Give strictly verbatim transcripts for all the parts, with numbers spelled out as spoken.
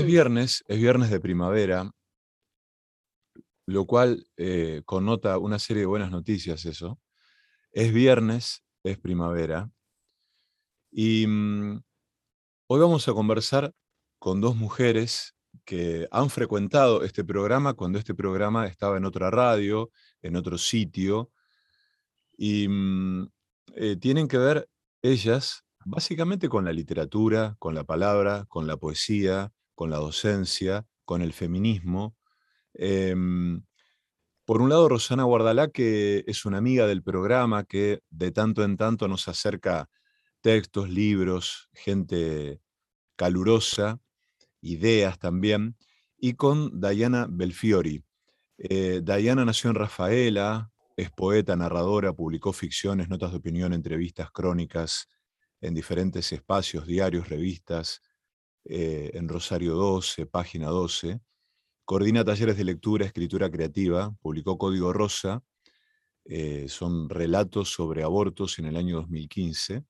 viernes, es viernes de primavera, lo cual eh, connota una serie de buenas noticias eso. Es viernes, es primavera, y mm, hoy vamos a conversar con dos mujeres que han frecuentado este programa cuando este programa estaba en otra radio, en otro sitio, y mm, eh, tienen que ver ellas básicamente con la literatura, con la palabra, con la poesía, con la docencia, con el feminismo. Em, por un lado, Rosana Guardalá, que es una amiga del programa que de tanto en tanto nos acerca textos, libros, gente calurosa, ideas también, y con Diana Belfiori. Eh, Diana nació en Rafaela, es poeta, narradora, publicó ficciones, notas de opinión, entrevistas, crónicas en diferentes espacios, diarios, revistas, eh, en Rosario doce, Página doce. Coordina talleres de lectura, escritura creativa, publicó Código Rosa, eh, son relatos sobre abortos en el año dos mil quince.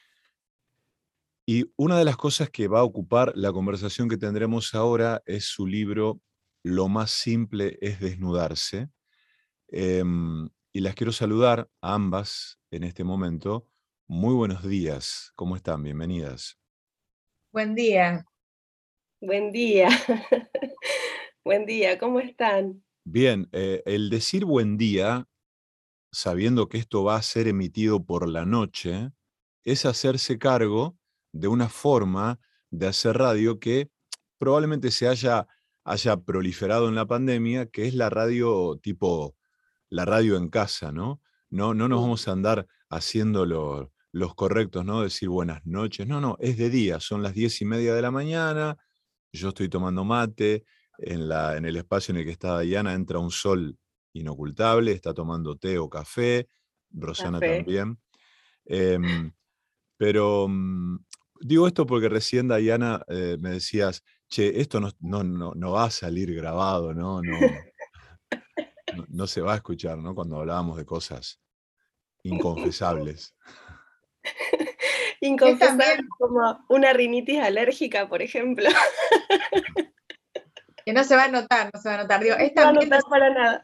Y una de las cosas que va a ocupar la conversación que tendremos ahora es su libro Lo más simple es desnudarse. Eh, y las quiero saludar a ambas en este momento. Muy buenos días, ¿cómo están? Bienvenidas. Buen día. Buen día. Buen día, ¿cómo están? Bien, eh, el decir buen día, sabiendo que esto va a ser emitido por la noche, es hacerse cargo de una forma de hacer radio que probablemente se haya, haya proliferado en la pandemia, que es la radio tipo, la radio en casa, ¿no? No, no nos vamos a andar haciendo lo- los correctos, ¿no? Decir buenas noches. No, no, es de día, son las diez y media de la mañana, yo estoy tomando mate, en, la, en el espacio en el que está Diana entra un sol inocultable, está tomando té o café, Rosana Café. también. Em, pero mm, digo esto porque recién, Diana, eh, me decías, che, esto no, no, no, no va a salir grabado, ¿no? No, no, no se va a escuchar, ¿no? Cuando hablábamos de cosas inconfesables. Es Inconfesable también como una rinitis alérgica, por ejemplo. que no se va a notar, no se va a notar. Digo, No es se va a también notar para nada.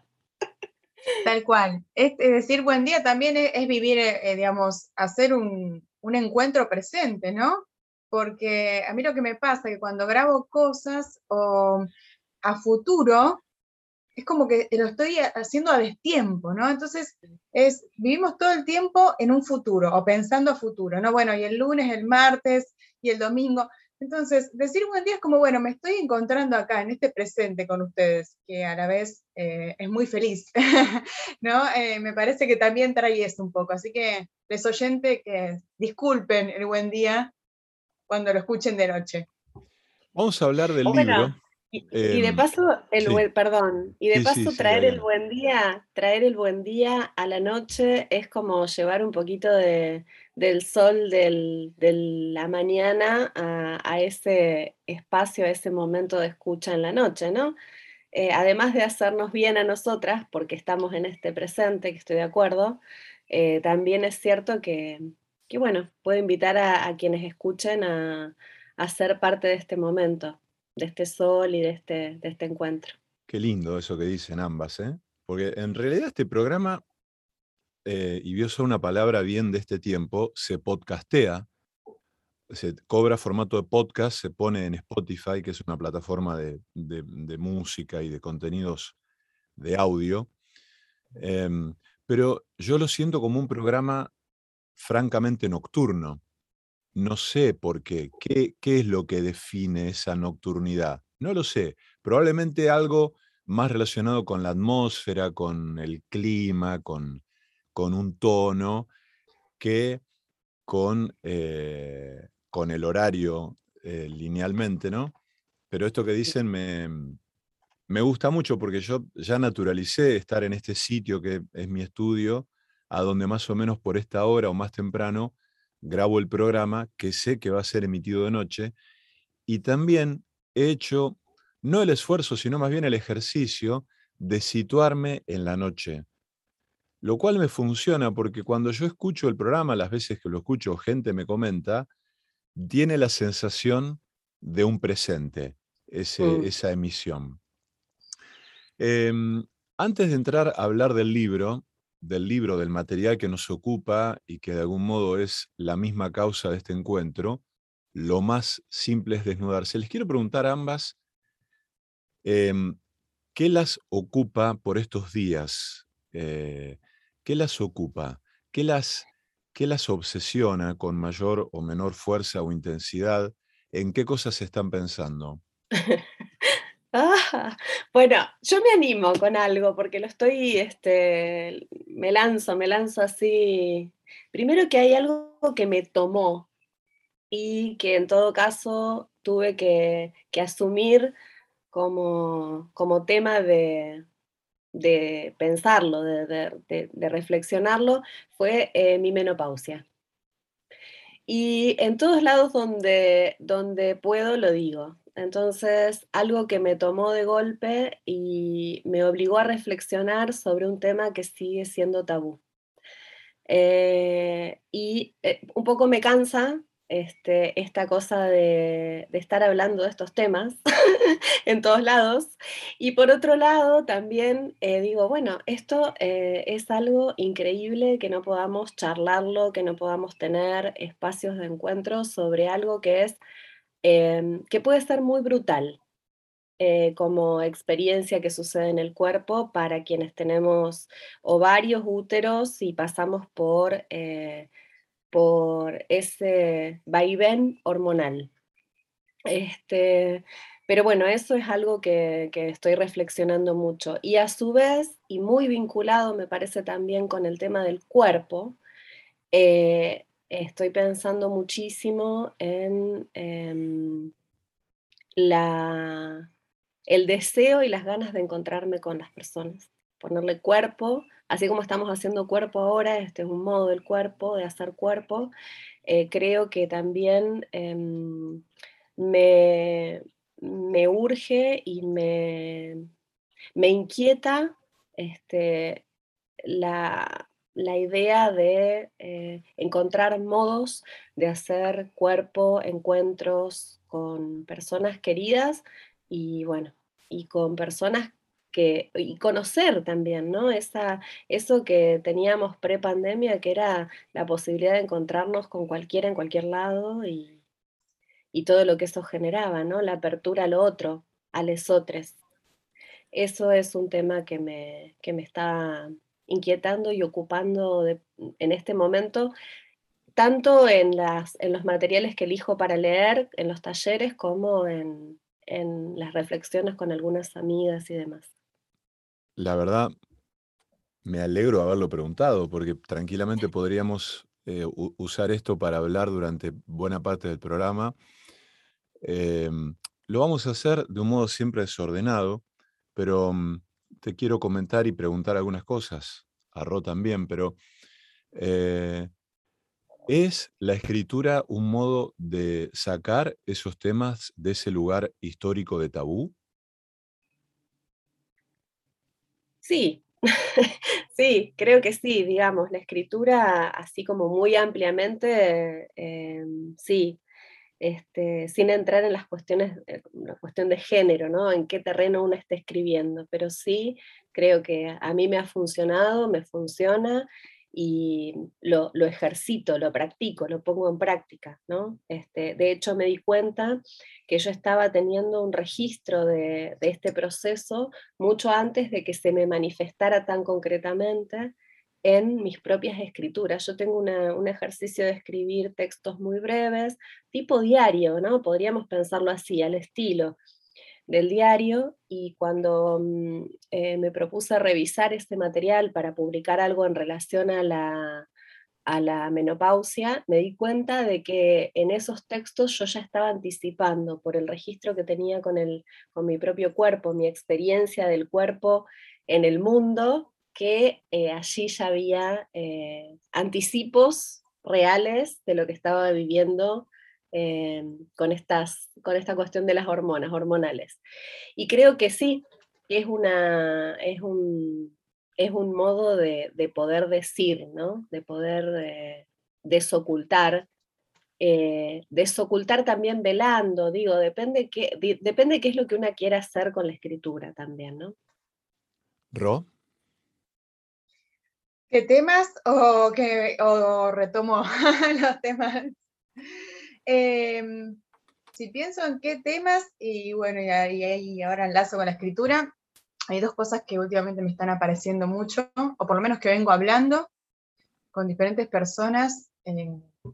tal cual. Es, es decir buen día también es, es vivir, eh, digamos, hacer un, un encuentro presente, ¿no? Porque a mí lo que me pasa es que cuando grabo cosas o a futuro, es como que lo estoy haciendo a destiempo, ¿no? Entonces, es, vivimos todo el tiempo en un futuro o pensando a futuro, ¿no? Bueno, y el lunes, el martes y el domingo. Entonces, decir buen día es como, bueno, me estoy encontrando acá, en este presente con ustedes, que a la vez eh, es muy feliz, ¿no? Eh, me parece que también trae eso un poco. Así que, les oyentes, que disculpen el buen día cuando lo escuchen de noche. Vamos a hablar del Bueno, libro. y, y de Em, paso, el sí, buen, perdón, y de sí, sí, paso sí, traer el Diana. buen día, traer el buen día a la noche es como llevar un poquito de, del sol del- de la mañana a, a ese espacio, a ese momento de escucha en la noche, ¿no? Eh, además de hacernos bien a nosotras, porque estamos en este presente, que estoy de acuerdo, eh, también es cierto que, que, bueno, puedo invitar a, a quienes escuchen a, a ser parte de este momento, de este sol y de este, de este encuentro. Qué lindo eso que dicen ambas, ¿eh? Porque en realidad este programa, eh, y voy a usar una palabra bien de este tiempo, se podcastea, se cobra formato de podcast, se pone en Spotify, que es una plataforma de, de- de música y de contenidos de audio. Em, pero yo lo siento como un programa francamente nocturno. No sé por qué. qué. ¿Qué es lo que define esa nocturnidad? No lo sé. Probablemente algo más relacionado con la atmósfera, con el clima, con, con un tono, que con, eh, con el horario eh, linealmente, ¿no? Pero esto que dicen me, me gusta mucho porque yo ya naturalicé estar en este sitio que es mi estudio, a donde más o menos por esta hora o más temprano grabo el programa que sé que va a ser emitido de noche, y también he hecho no el esfuerzo, sino más bien el ejercicio de situarme en la noche, lo cual me funciona porque cuando yo escucho el programa, las veces que lo escucho, gente me comenta, tiene la sensación de un presente. ese, Mm. esa emisión. Eh, antes de entrar a hablar del libro, del libro, del material que nos ocupa y que de algún modo es la misma causa de este encuentro, lo más simple es desnudarse. Les quiero preguntar a ambas, eh, ¿qué las ocupa por estos días? Eh, ¿Qué las ocupa? ¿Qué las, ¿Qué las obsesiona con mayor o menor fuerza o intensidad? ¿En qué cosas están pensando? Ah, bueno, yo me animo con algo porque lo estoy, este, me lanzo, me lanzo así. Primero que hay algo que me tomó y que en todo caso tuve que, que asumir como, como tema de, de pensarlo, de, de- de- de reflexionarlo, fue eh, mi menopausia. Y en todos lados donde, donde puedo lo digo. Entonces, algo que me tomó de golpe y me obligó a reflexionar sobre un tema que sigue siendo tabú. Eh, y eh, un poco me cansa este, esta cosa de, de estar hablando de estos temas en todos lados. Y por otro lado, también eh, digo, bueno, esto eh, es algo increíble que no podamos charlarlo, que no podamos tener espacios de encuentro sobre algo que es, eh, que puede ser muy brutal. eh, como experiencia que sucede en el cuerpo para quienes tenemos ovarios, úteros y pasamos por, eh, por ese vaivén hormonal. Este, pero bueno, eso es algo que, que estoy reflexionando mucho. Y a su vez, y muy vinculado, me parece también con el tema del cuerpo, eh, estoy pensando muchísimo en em, la, el deseo y las ganas de encontrarme con las personas, ponerle cuerpo, así como estamos haciendo cuerpo ahora, este es un modo del cuerpo, de hacer cuerpo, eh, creo que también em, me, me urge y me, me inquieta este, la, la idea de eh, encontrar modos de hacer cuerpo, encuentros con personas queridas y bueno, y con personas que, y conocer también, ¿no? Esa, eso que teníamos pre-pandemia, que era la posibilidad de encontrarnos con cualquiera en cualquier lado y, y todo lo que eso generaba, ¿no? La apertura a lo otro, a lesotres. Eso es un tema que me, que me está inquietando y ocupando de- en este momento, tanto en, las, en los materiales que elijo para leer, en los talleres, como en, en las reflexiones con algunas amigas y demás. La verdad, me alegro de haberlo preguntado, porque tranquilamente podríamos eh, u- usar esto para hablar durante buena parte del programa. Em, lo vamos a hacer de un modo siempre desordenado, pero mm, te quiero comentar y preguntar algunas cosas, a Ro también, pero eh, ¿es la escritura un modo de sacar esos temas de ese lugar histórico de tabú? Sí, sí, creo que sí, digamos, la escritura, así como muy ampliamente, eh, sí, este, sin entrar en las cuestiones, eh, la cuestión de género, ¿no? En qué terreno uno está escribiendo, pero sí creo que a mí me ha funcionado, me funciona y lo, lo ejercito, lo practico, lo pongo en práctica, ¿no? Este, de hecho, me di cuenta que yo estaba teniendo un registro de, de este proceso mucho antes de que se me manifestara tan concretamente en mis propias escrituras. Yo tengo una, un ejercicio de escribir textos muy breves, tipo diario, ¿no? Podríamos pensarlo así, al estilo del diario, y cuando mm, eh, me propuse revisar este material para publicar algo en relación a la, a la menopausia, me di cuenta de que en esos textos yo ya estaba anticipando por el registro que tenía con, el, con mi propio cuerpo, mi experiencia del cuerpo en el mundo, que eh, allí ya había eh, anticipos reales de lo que estaba viviendo eh, con, estas, con esta cuestión de las hormonas, hormonales. Y creo que sí, que es, una, es, un, es un modo de, de poder decir, ¿no? De poder eh, desocultar eh, desocultar también velando, digo, depende qué, di, depende qué es lo que una quiera hacer con la escritura también, ¿no? ¿Ro? ¿Qué temas o, que, o retomo los temas? Eh, si pienso en qué temas, y bueno, y, y ahora enlazo con la escritura, hay dos cosas que últimamente me están apareciendo mucho, o por lo menos que vengo hablando con diferentes personas, eh,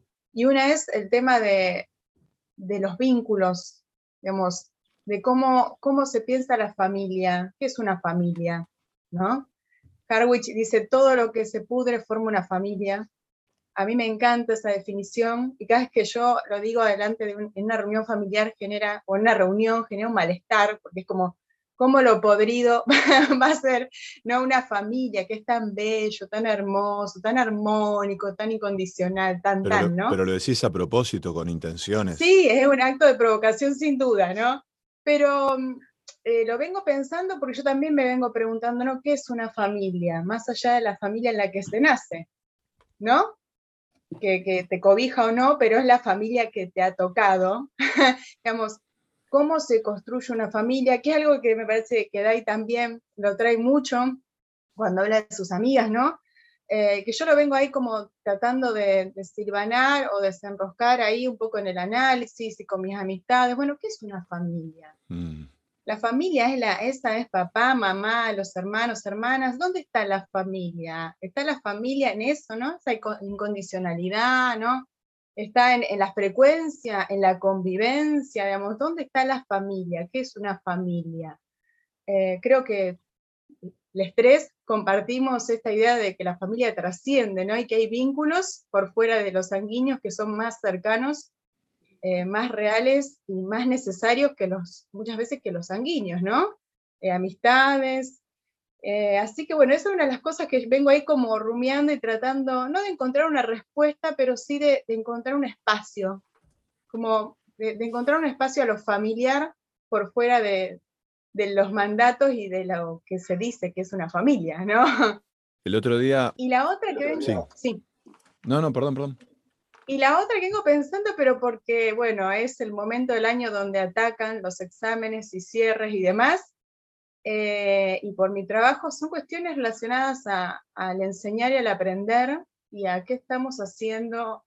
y una es el tema de, de los vínculos, digamos, de cómo, cómo se piensa la familia, qué es una familia, ¿no? Harwich dice, todo lo que se pudre forma una familia. A mí me encanta esa definición, y cada vez que yo lo digo delante de un, en una reunión familiar genera, o en una reunión genera un malestar, porque es como, ¿cómo lo podrido va a ser, no, una familia que es tan bello, tan hermoso, tan armónico, tan incondicional, tan, Pero lo, tan, ¿no? pero lo decís a propósito, con intenciones. Sí, es un acto de provocación sin duda, ¿no? Pero eh, lo vengo pensando porque yo también me vengo preguntando, ¿no? ¿Qué es una familia? Más allá de la familia en la que se nace, ¿no? Que, que te cobija o no, pero es la familia que te ha tocado. Digamos, ¿cómo se construye una familia? Que es algo que me parece que Dai también lo trae mucho cuando habla de sus amigas, ¿no? Eh, que yo lo vengo ahí como tratando de, de silvanar o desenroscar ahí un poco en el análisis y con mis amistades. Bueno, ¿qué es una familia? Mm. La familia es la, esa es papá, mamá, los hermanos, hermanas. ¿Dónde está la familia? Está la familia en eso, ¿no? Esa incondicionalidad, ¿no? Está en, en la frecuencia, en la convivencia, digamos. ¿Dónde está la familia? ¿Qué es una familia? Eh, creo que los tres compartimos esta idea de que la familia trasciende, ¿no? Y que hay vínculos por fuera de los sanguíneos que son más cercanos, eh, más reales y más necesarios que los, muchas veces que los sanguíneos, ¿no? Eh, amistades. Eh, así que bueno, esa es una de las cosas que vengo ahí como rumiando y tratando, no de encontrar una respuesta, pero sí de, de encontrar un espacio, como de, de encontrar un espacio a lo familiar por fuera de, de los mandatos y de lo que se dice que es una familia, ¿no? El otro día... Y la otra que vengo, Sí. sí. No, no, perdón, perdón. Y la otra que vengo pensando, pero porque, bueno, es el momento del año donde atacan los exámenes y cierres y demás, eh, y por mi trabajo son cuestiones relacionadas a, al enseñar y al aprender, y a qué estamos haciendo,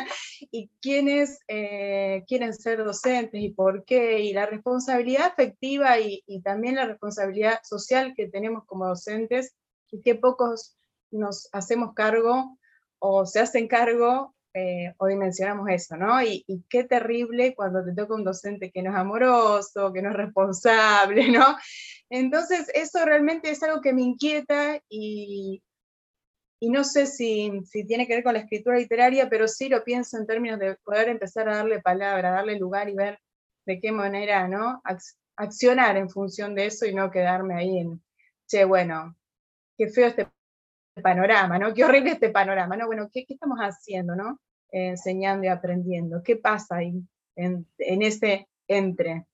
y quiénes eh, quieren ser docentes, y por qué, y la responsabilidad afectiva y, y también la responsabilidad social que tenemos como docentes, y qué pocos nos hacemos cargo, o se hacen cargo, eh, o dimensionamos eso, ¿no? Y, y qué terrible cuando te toca un docente que no es amoroso, que no es responsable, ¿no? Entonces, eso realmente es algo que me inquieta y, y no sé si, si tiene que ver con la escritura literaria, pero sí lo pienso en términos de poder empezar a darle palabra, darle lugar y ver de qué manera, ¿no? Accionar en función de eso y no quedarme ahí en, che, bueno, qué feo este panorama, ¿no? Qué horrible este panorama, ¿no? Bueno, ¿qué, qué estamos haciendo, ¿no? Eh, enseñando y aprendiendo. ¿Qué pasa ahí en, en ese entre?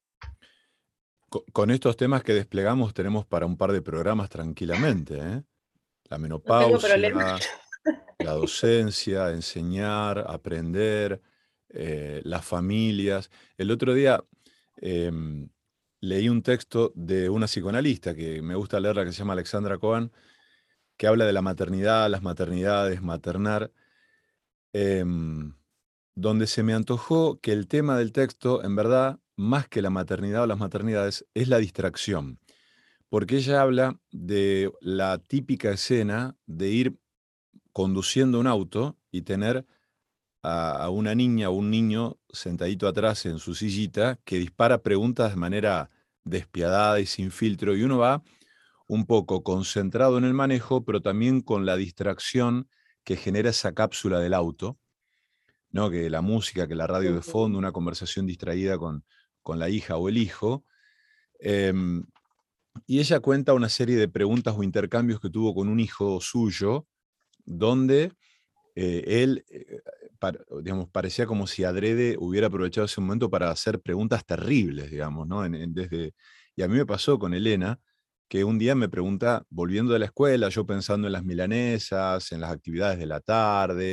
Con estos temas que desplegamos tenemos para un par de programas tranquilamente, ¿eh? La No tengo menopausia, problema. la docencia, enseñar, aprender, eh, las familias. El otro día eh, leí un texto de una psicoanalista que me gusta leerla, que se llama Alexandra Cohen, que habla de la maternidad, las maternidades, maternar, eh, donde se me antojó que el tema del texto, en verdad, más que la maternidad o las maternidades, es la distracción. Porque ella habla de la típica escena de ir conduciendo un auto y tener a, a una niña o un niño sentadito atrás en su sillita que dispara preguntas de manera despiadada y sin filtro, y uno va un poco concentrado en el manejo, pero también con la distracción que genera esa cápsula del auto, ¿no? Que la música, que la radio de fondo, una conversación distraída con, con la hija o el hijo. Eh, y ella cuenta una serie de preguntas o intercambios que tuvo con un hijo suyo, donde eh, él, eh, par, digamos, parecía como si adrede hubiera aprovechado ese momento para hacer preguntas terribles, digamos, ¿no? En, en, desde, y a mí me pasó con Elena, que un día me pregunta, volviendo de la escuela, yo pensando en las milanesas, en las actividades de la tarde,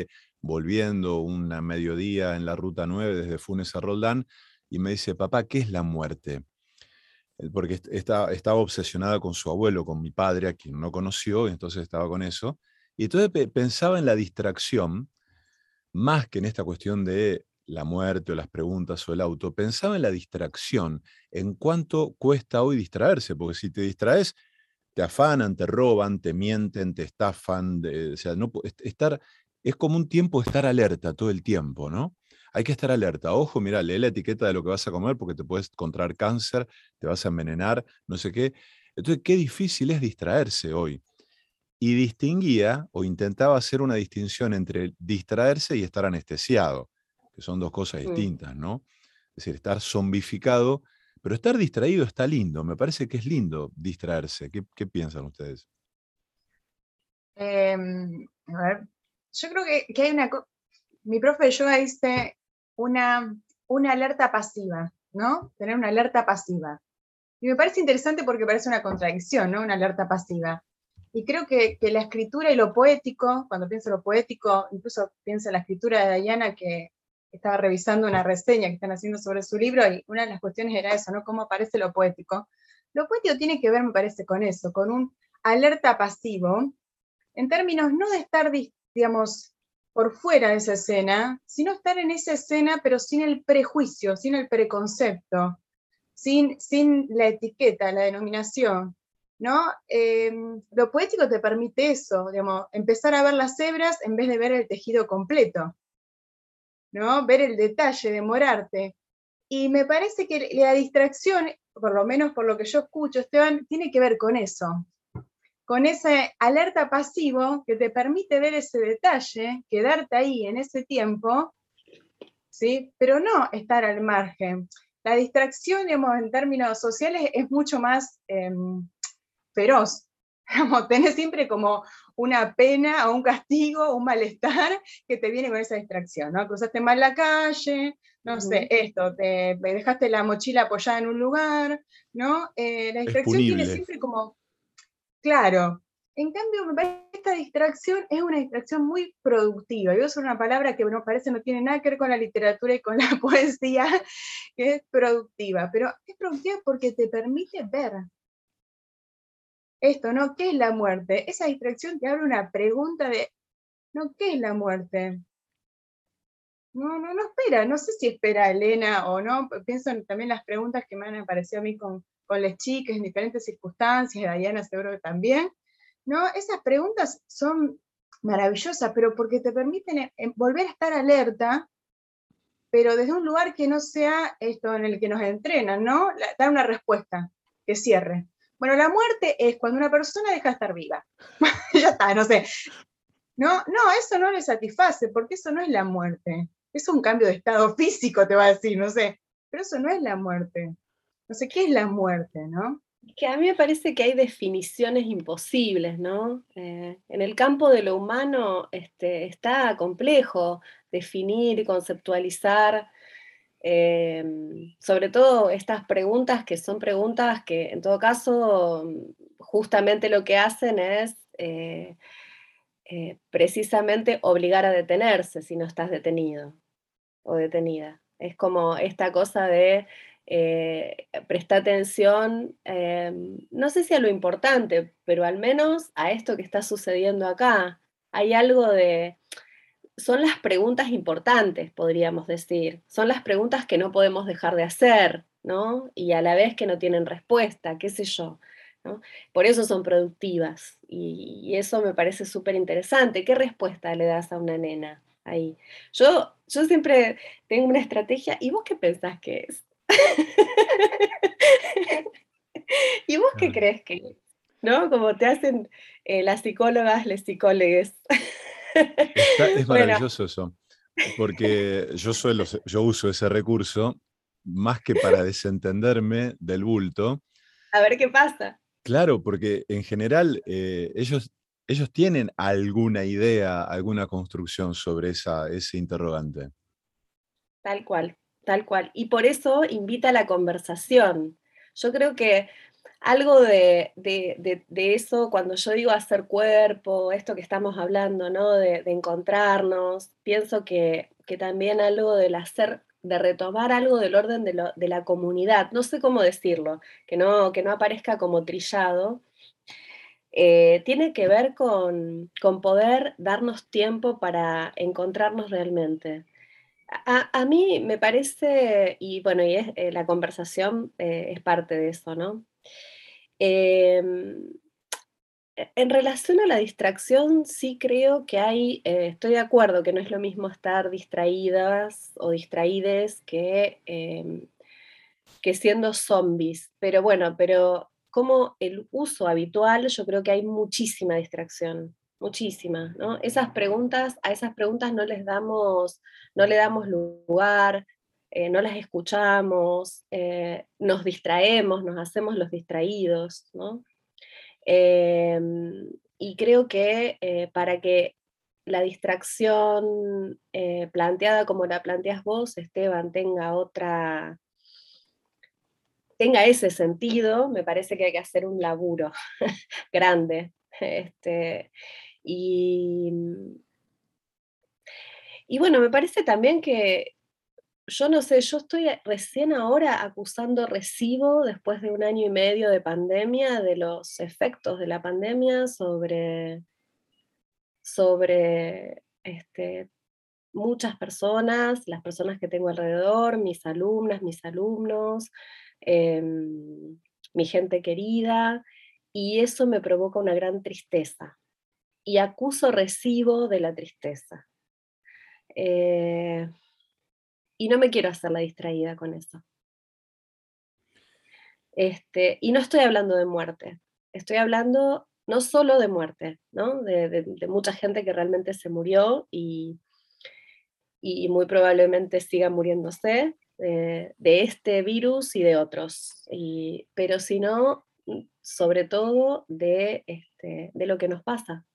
volviendo una mediodía en la Ruta nueve desde Funes a Roldán, y me dice, papá, ¿qué es la muerte? Porque está, estaba obsesionada con su abuelo, con mi padre, a quien no conoció, y entonces estaba con eso. Y entonces pe pensaba en la distracción, más que en esta cuestión de la muerte o las preguntas o el auto, pensaba en la distracción, en cuánto cuesta hoy distraerse, porque si te distraes, te afanan, te roban, te mienten, te estafan, de, o sea, no, estar, es como un tiempo estar alerta todo el tiempo, ¿no? Hay que estar alerta. Ojo, mira, lee la etiqueta de lo que vas a comer porque te puedes contraer cáncer, te vas a envenenar, no sé qué. Entonces, qué difícil es distraerse hoy. Y distinguía o intentaba hacer una distinción entre distraerse y estar anestesiado, que son dos cosas distintas, ¿no? Es decir, estar zombificado, pero estar distraído está lindo, me parece que es lindo distraerse. ¿Qué, qué piensan ustedes? Eh, a ver, yo creo que, que hay una... Mi profe de yoga dice una, una alerta pasiva, ¿no? Tener una alerta pasiva. Y me parece interesante porque parece una contradicción, ¿no? Una alerta pasiva. Y creo que, que la escritura y lo poético, cuando pienso lo poético, incluso pienso en la escritura de Diana, que estaba revisando una reseña que están haciendo sobre su libro, y una de las cuestiones era eso, ¿no? Cómo aparece lo poético. Lo poético tiene que ver, me parece, con eso, con un alerta pasivo, en términos no de estar, digamos, por fuera de esa escena, sino estar en esa escena, pero sin el prejuicio, sin el preconcepto, sin, sin la etiqueta, la denominación, ¿no? Eh, lo poético te permite eso, digamos, empezar a ver las hebras en vez de ver el tejido completo, ¿no? Ver el detalle, demorarte. Y me parece que la distracción, por lo menos por lo que yo escucho, Esteban, tiene que ver con eso, con ese alerta pasivo que te permite ver ese detalle, quedarte ahí en ese tiempo, ¿sí? Pero no estar al margen. La distracción, digamos, en términos sociales es mucho más eh, feroz. Digamos, tenés siempre como una pena o un castigo o un malestar que te viene con esa distracción, ¿no? Cruzaste mal la calle, no uh-huh. sé, esto, te dejaste la mochila apoyada en un lugar, ¿no? Eh, la distracción tiene siempre como, claro. En cambio, me parece que esta distracción es una distracción muy productiva. Yo uso una palabra que me parece no tiene nada que ver con la literatura y con la poesía, que es productiva. Pero es productiva porque te permite ver esto, ¿no? ¿Qué es la muerte? Esa distracción te abre una pregunta de, ¿no? ¿Qué es la muerte? No, no, no espera, no sé si espera Elena o no, pienso en también las preguntas que me han aparecido a mí con, con las chicas en diferentes circunstancias, Diana seguro que también, ¿no? Esas preguntas son maravillosas, pero porque te permiten volver a estar alerta, pero desde un lugar que no sea esto en el que nos entrenan, ¿no? Dar una respuesta que cierre. Bueno, la muerte es cuando una persona deja de estar viva. Ya está, no sé. No, no, eso no le satisface, porque eso no es la muerte. Es un cambio de estado físico, te va a decir, no sé. Pero eso no es la muerte. No sé, ¿qué es la muerte, no? Que a mí me parece que hay definiciones imposibles, ¿no? Eh, en el campo de lo humano este, está complejo definir y conceptualizar, eh, sobre todo estas preguntas que son preguntas que en todo caso justamente lo que hacen es eh, eh, precisamente obligar a detenerse si no estás detenido o detenida. Es como esta cosa de eh, prestar atención, eh, no sé si a lo importante, pero al menos a esto que está sucediendo acá. Hay algo de... Son las preguntas importantes, podríamos decir. Son las preguntas que no podemos dejar de hacer, ¿no? Y a la vez que no tienen respuesta, qué sé yo, ¿no? Por eso son productivas. Y, y eso me parece súper interesante. ¿Qué respuesta le das a una nena ahí? Yo, yo siempre tengo una estrategia. ¿Y vos qué pensás que es? ¿Y vos qué crees que es? ¿No? Como te hacen eh, las psicólogas, les psicólogues. Está, es maravilloso Bueno. eso, porque yo, suelo, yo uso ese recurso más que para desentenderme del bulto. A ver qué pasa. Claro, porque en general eh, ellos, ellos tienen alguna idea, alguna construcción sobre esa, ese interrogante. Tal cual, tal cual. Y por eso invita a la conversación. Yo creo que algo de, de, de, de eso, cuando yo digo hacer cuerpo, esto que estamos hablando, ¿no? De, de encontrarnos, pienso que, que también algo del hacer, de retomar algo del orden de, lo, de la comunidad, no sé cómo decirlo, que no, que no aparezca como trillado, eh, tiene que ver con, con poder darnos tiempo para encontrarnos realmente. A, a mí me parece, y bueno, y es, eh, la conversación eh, es parte de eso, ¿no? Eh, en relación a la distracción, sí creo que hay, eh, estoy de acuerdo que no es lo mismo estar distraídas o distraídes que, eh, que siendo zombies, pero bueno, pero como el uso habitual, yo creo que hay muchísima distracción, muchísima, ¿no? Esas preguntas, a esas preguntas no les damos, no le damos lugar, eh, no las escuchamos, eh, nos distraemos, nos hacemos los distraídos, ¿no? Eh, y creo que eh, para que la distracción eh, planteada como la planteas vos, Esteban, tenga otra, tenga ese sentido, me parece que hay que hacer un laburo grande. Este, y, y bueno, me parece también que, yo no sé, yo estoy recién ahora acusando recibo, después de un año y medio de pandemia, de los efectos de la pandemia sobre, sobre este, muchas personas, las personas que tengo alrededor, mis alumnas, mis alumnos, eh, mi gente querida, y eso me provoca una gran tristeza. Y acuso recibo de la tristeza. Eh, y no me quiero hacer la distraída con eso. Este, y no estoy hablando de muerte, estoy hablando no solo de muerte, ¿no? De, de, de mucha gente que realmente se murió y, y muy probablemente siga muriéndose eh, de este virus y de otros, y, pero si no, sobre todo de, este, de lo que nos pasa.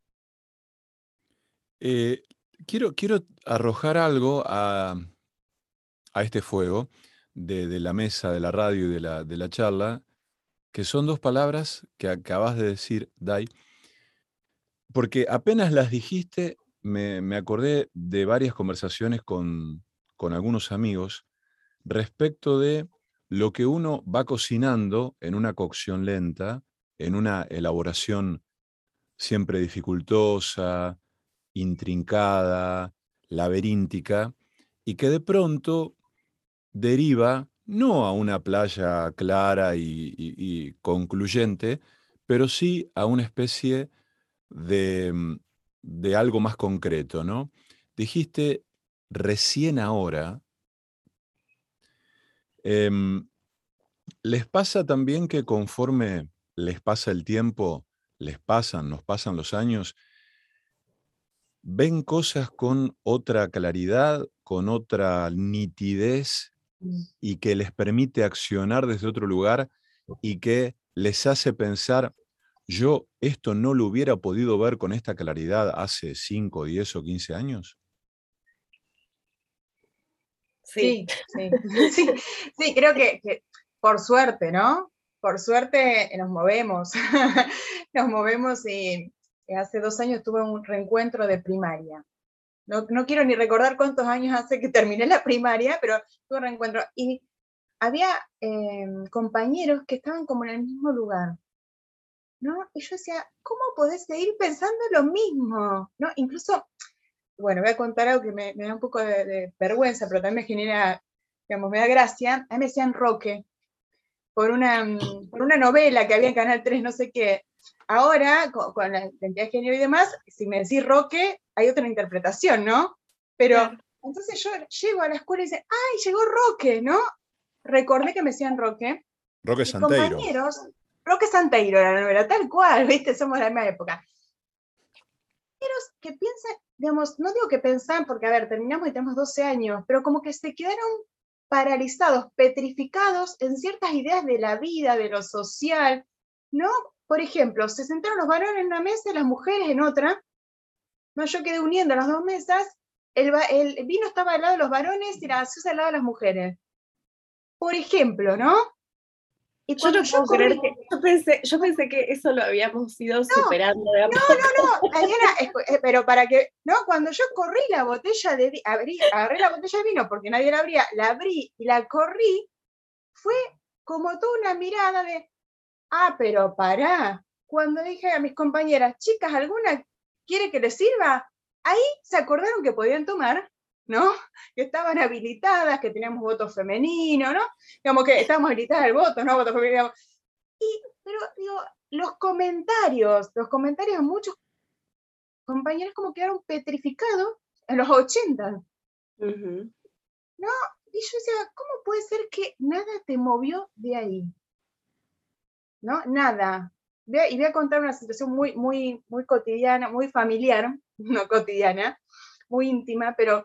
Eh, quiero, quiero arrojar algo a, a este fuego de, de la mesa, de la radio y de la, de la charla, que son dos palabras que acabas de decir, Dai, porque apenas las dijiste, me, me acordé de varias conversaciones con, con algunos amigos respecto de lo que uno va cocinando en una cocción lenta, en una elaboración siempre dificultosa, intrincada, laberíntica, y que de pronto deriva no a una playa clara y, y- y concluyente, pero sí a una especie de, mm, de algo más concreto, ¿no? Dijiste recién ahora, em, ¿les pasa también que conforme les pasa el tiempo, les pasan, nos pasan los años, ven cosas con otra claridad, con otra nitidez y que les permite accionar desde otro lugar y que les hace pensar, yo esto no lo hubiera podido ver con esta claridad hace cinco, diez o quince años? Sí. Sí, sí, sí, sí, creo que, que por suerte, ¿no? Por suerte nos movemos, nos movemos y hace dos años tuve un reencuentro de primaria. No, no quiero ni recordar cuántos años hace que terminé la primaria, pero tuve un reencuentro. Y había eh, compañeros que estaban como en el mismo lugar, ¿no? Y yo decía, ¿cómo podés seguir pensando lo mismo? ¿No? Incluso, bueno, voy a contar algo que me, me da un poco de, de vergüenza, pero también me genera, digamos, me da gracia. A mí me decían Roque, por una, por una novela que había en Canal tres, no sé qué. Ahora, con, con la identidad de género y demás, si me decís Roque, hay otra interpretación, ¿no? Pero, Claro. entonces yo llego a la escuela y dice, ¡ay, llegó Roque!, ¿no? Recordé que me decían Roque. Roque Mis Santeiro. compañeros, Roque Santeiro era la novela, tal cual, ¿viste? Somos de la misma época. Que piensan, digamos, no digo que pensan, porque a ver, terminamos y tenemos doce años, pero como que se quedaron paralizados, petrificados en ciertas ideas de la vida, de lo social, ¿no? Por ejemplo, se sentaron los varones en una mesa y las mujeres en otra, ¿no? Yo quedé uniendo las dos mesas, el, el vino estaba al lado de los varones y la gaseosa al lado de las mujeres. Por ejemplo, ¿no? Y Yo cuando no yo puedo creer corrí, que, yo pensé, yo pensé que eso lo habíamos ido no, superando de a no, poco. no, no, Dayana, escu- eh, pero para que, no, cuando yo corrí la botella de, vi- abrí, agarré la botella de vino porque nadie la abría, la abrí y la corrí, fue como toda una mirada de, ah, pero pará. Cuando dije a mis compañeras, chicas, ¿alguna quiere que les sirva? Ahí se acordaron que podían tomar, ¿no? Que estaban habilitadas, que teníamos voto femenino, ¿no? Digamos que estábamos habilitadas el voto, ¿no? Voto femenino. Y, pero digo, los comentarios, los comentarios de muchos compañeros como quedaron petrificados en los ochenta, Ujú. ¿no? Y yo decía, ¿cómo puede ser que nada te movió de ahí? ¿No? Nada. Y voy a contar una situación muy, muy, muy cotidiana, muy familiar, no cotidiana, muy íntima, pero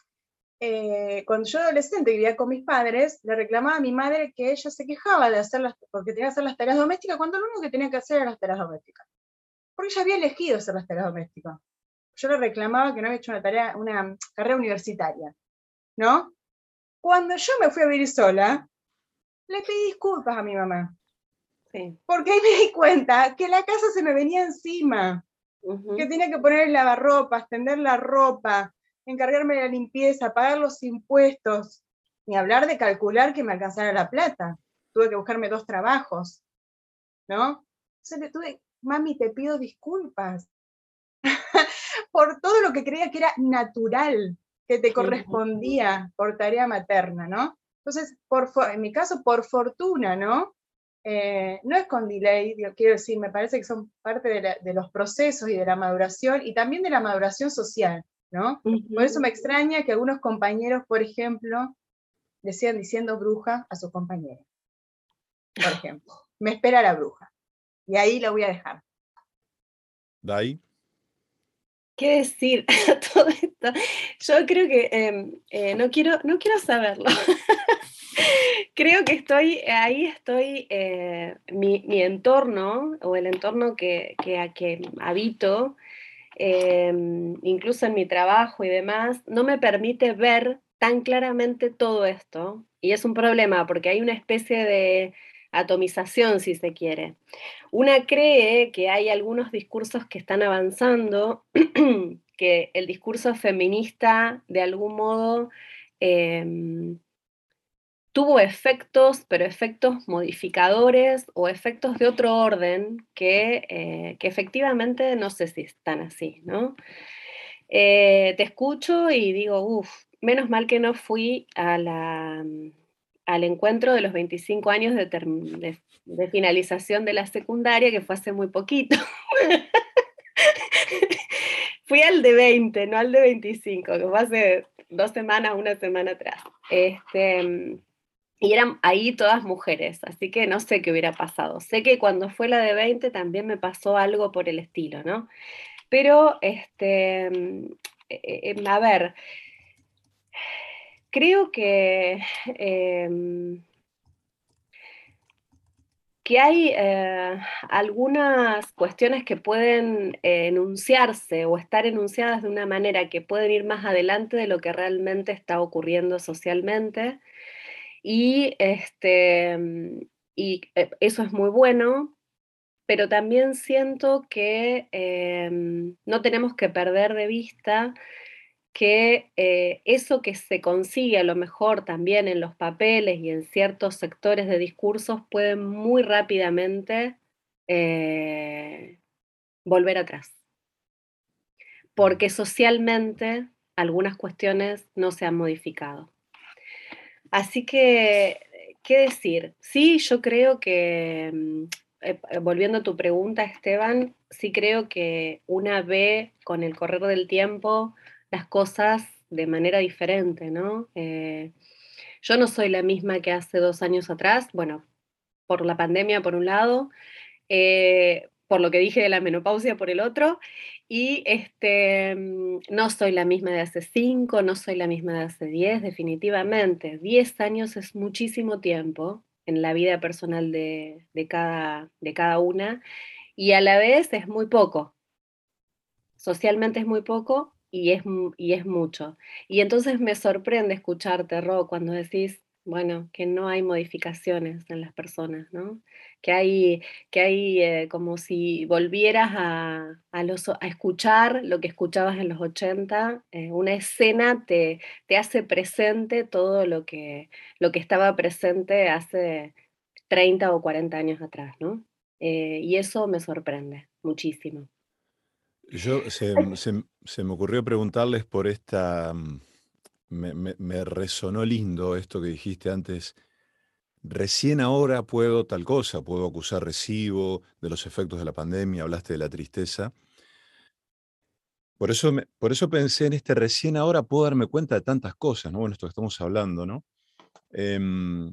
eh, cuando yo adolescente vivía con mis padres, le reclamaba a mi madre que ella se quejaba de hacer las, porque tenía que hacer las tareas domésticas, cuando lo único que tenía que hacer eran las tareas domésticas. Porque ella había elegido hacer las tareas domésticas. Yo le reclamaba que no había hecho una tarea, una carrera universitaria, ¿no? Cuando yo me fui a vivir sola, le pedí disculpas a mi mamá. Sí. Porque ahí me di cuenta que la casa se me venía encima, Uh-huh. que tenía que poner el lavarropas, tender la ropa, encargarme de la limpieza, pagar los impuestos, ni hablar de calcular que me alcanzara la plata. Tuve que buscarme dos trabajos, ¿no? Entonces le tuve, mami, te pido disculpas por todo lo que creía que era natural, que te correspondía por tarea materna, ¿no? Entonces, por, en mi caso, por fortuna, ¿no? Eh, no es con delay, digo, quiero decir, me parece que son parte de, la, de, los procesos y de la maduración y también de la maduración social, ¿no? Uh-huh. Por eso me extraña que algunos compañeros, por ejemplo, le sigan diciendo bruja a sus compañeros. Por ejemplo, me espera la bruja. Y ahí la voy a dejar. ¿Dai? ¿Qué decir a todo esto? Yo creo que eh, eh, no, quiero, no quiero saberlo. Creo que estoy, ahí estoy, eh, mi, mi entorno o el entorno que, que, a que habito, eh, incluso en mi trabajo y demás, no me permite ver tan claramente todo esto. Y es un problema porque hay una especie de atomización, si se quiere. Una cree que hay algunos discursos que están avanzando, que el discurso feminista de algún modo eh, tuvo efectos, pero efectos modificadores o efectos de otro orden que, eh, que efectivamente no sé si están así, ¿no? Eh, te escucho y digo, uff, menos mal que no fui a la, al encuentro de los veinticinco años de, de, de finalización de la secundaria, que fue hace muy poquito. Fui al de veinte, no al de veinticinco, que fue hace dos semanas, una semana atrás. Este, y eran ahí todas mujeres, así que no sé qué hubiera pasado. Sé que cuando fue la de veinte también me pasó algo por el estilo, ¿no? Pero, este, eh, a ver, creo que, eh, que hay eh, algunas cuestiones que pueden eh, enunciarse o estar enunciadas de una manera que pueden ir más adelante de lo que realmente está ocurriendo socialmente. Y, este, y eh, eso es muy bueno, pero también siento que eh, no tenemos que perder de vista que eh, eso que se consigue a lo mejor también en los papeles y en ciertos sectores de discursos puede muy rápidamente eh, volver atrás. Porque socialmente algunas cuestiones no se han modificado. Así que, ¿qué decir? Sí, yo creo que, eh, volviendo a tu pregunta, Esteban, sí creo que una ve con el correr del tiempo las cosas de manera diferente, ¿no? Eh, yo no soy la misma que hace dos años atrás, bueno, por la pandemia por un lado, eh, por lo que dije de la menopausia por el otro, y este, no soy la misma de hace cinco, no soy la misma de hace diez, definitivamente. Diez años es muchísimo tiempo en la vida personal de, de, cada, de cada una, y a la vez es muy poco. Socialmente es muy poco y es, y es mucho. Y entonces me sorprende escucharte, Ro, cuando decís, Bueno, que no hay modificaciones en las personas, ¿no? Que hay, que hay eh, como si volvieras a, a, los, a escuchar lo que escuchabas en los ochenta, eh, una escena te, te hace presente todo lo que, lo que estaba presente hace treinta o cuarenta años atrás, ¿no? Eh, y eso me sorprende muchísimo. Yo, se, m- se m- se me ocurrió preguntarles por esta, mm, me, me- me resonó lindo esto que dijiste antes, recién ahora puedo tal cosa, puedo acusar recibo de los efectos de la pandemia, hablaste de la tristeza. Por eso, me- por eso pensé en este recién ahora puedo darme cuenta de tantas cosas, ¿no? Bueno, esto que estamos hablando, ¿no? Em,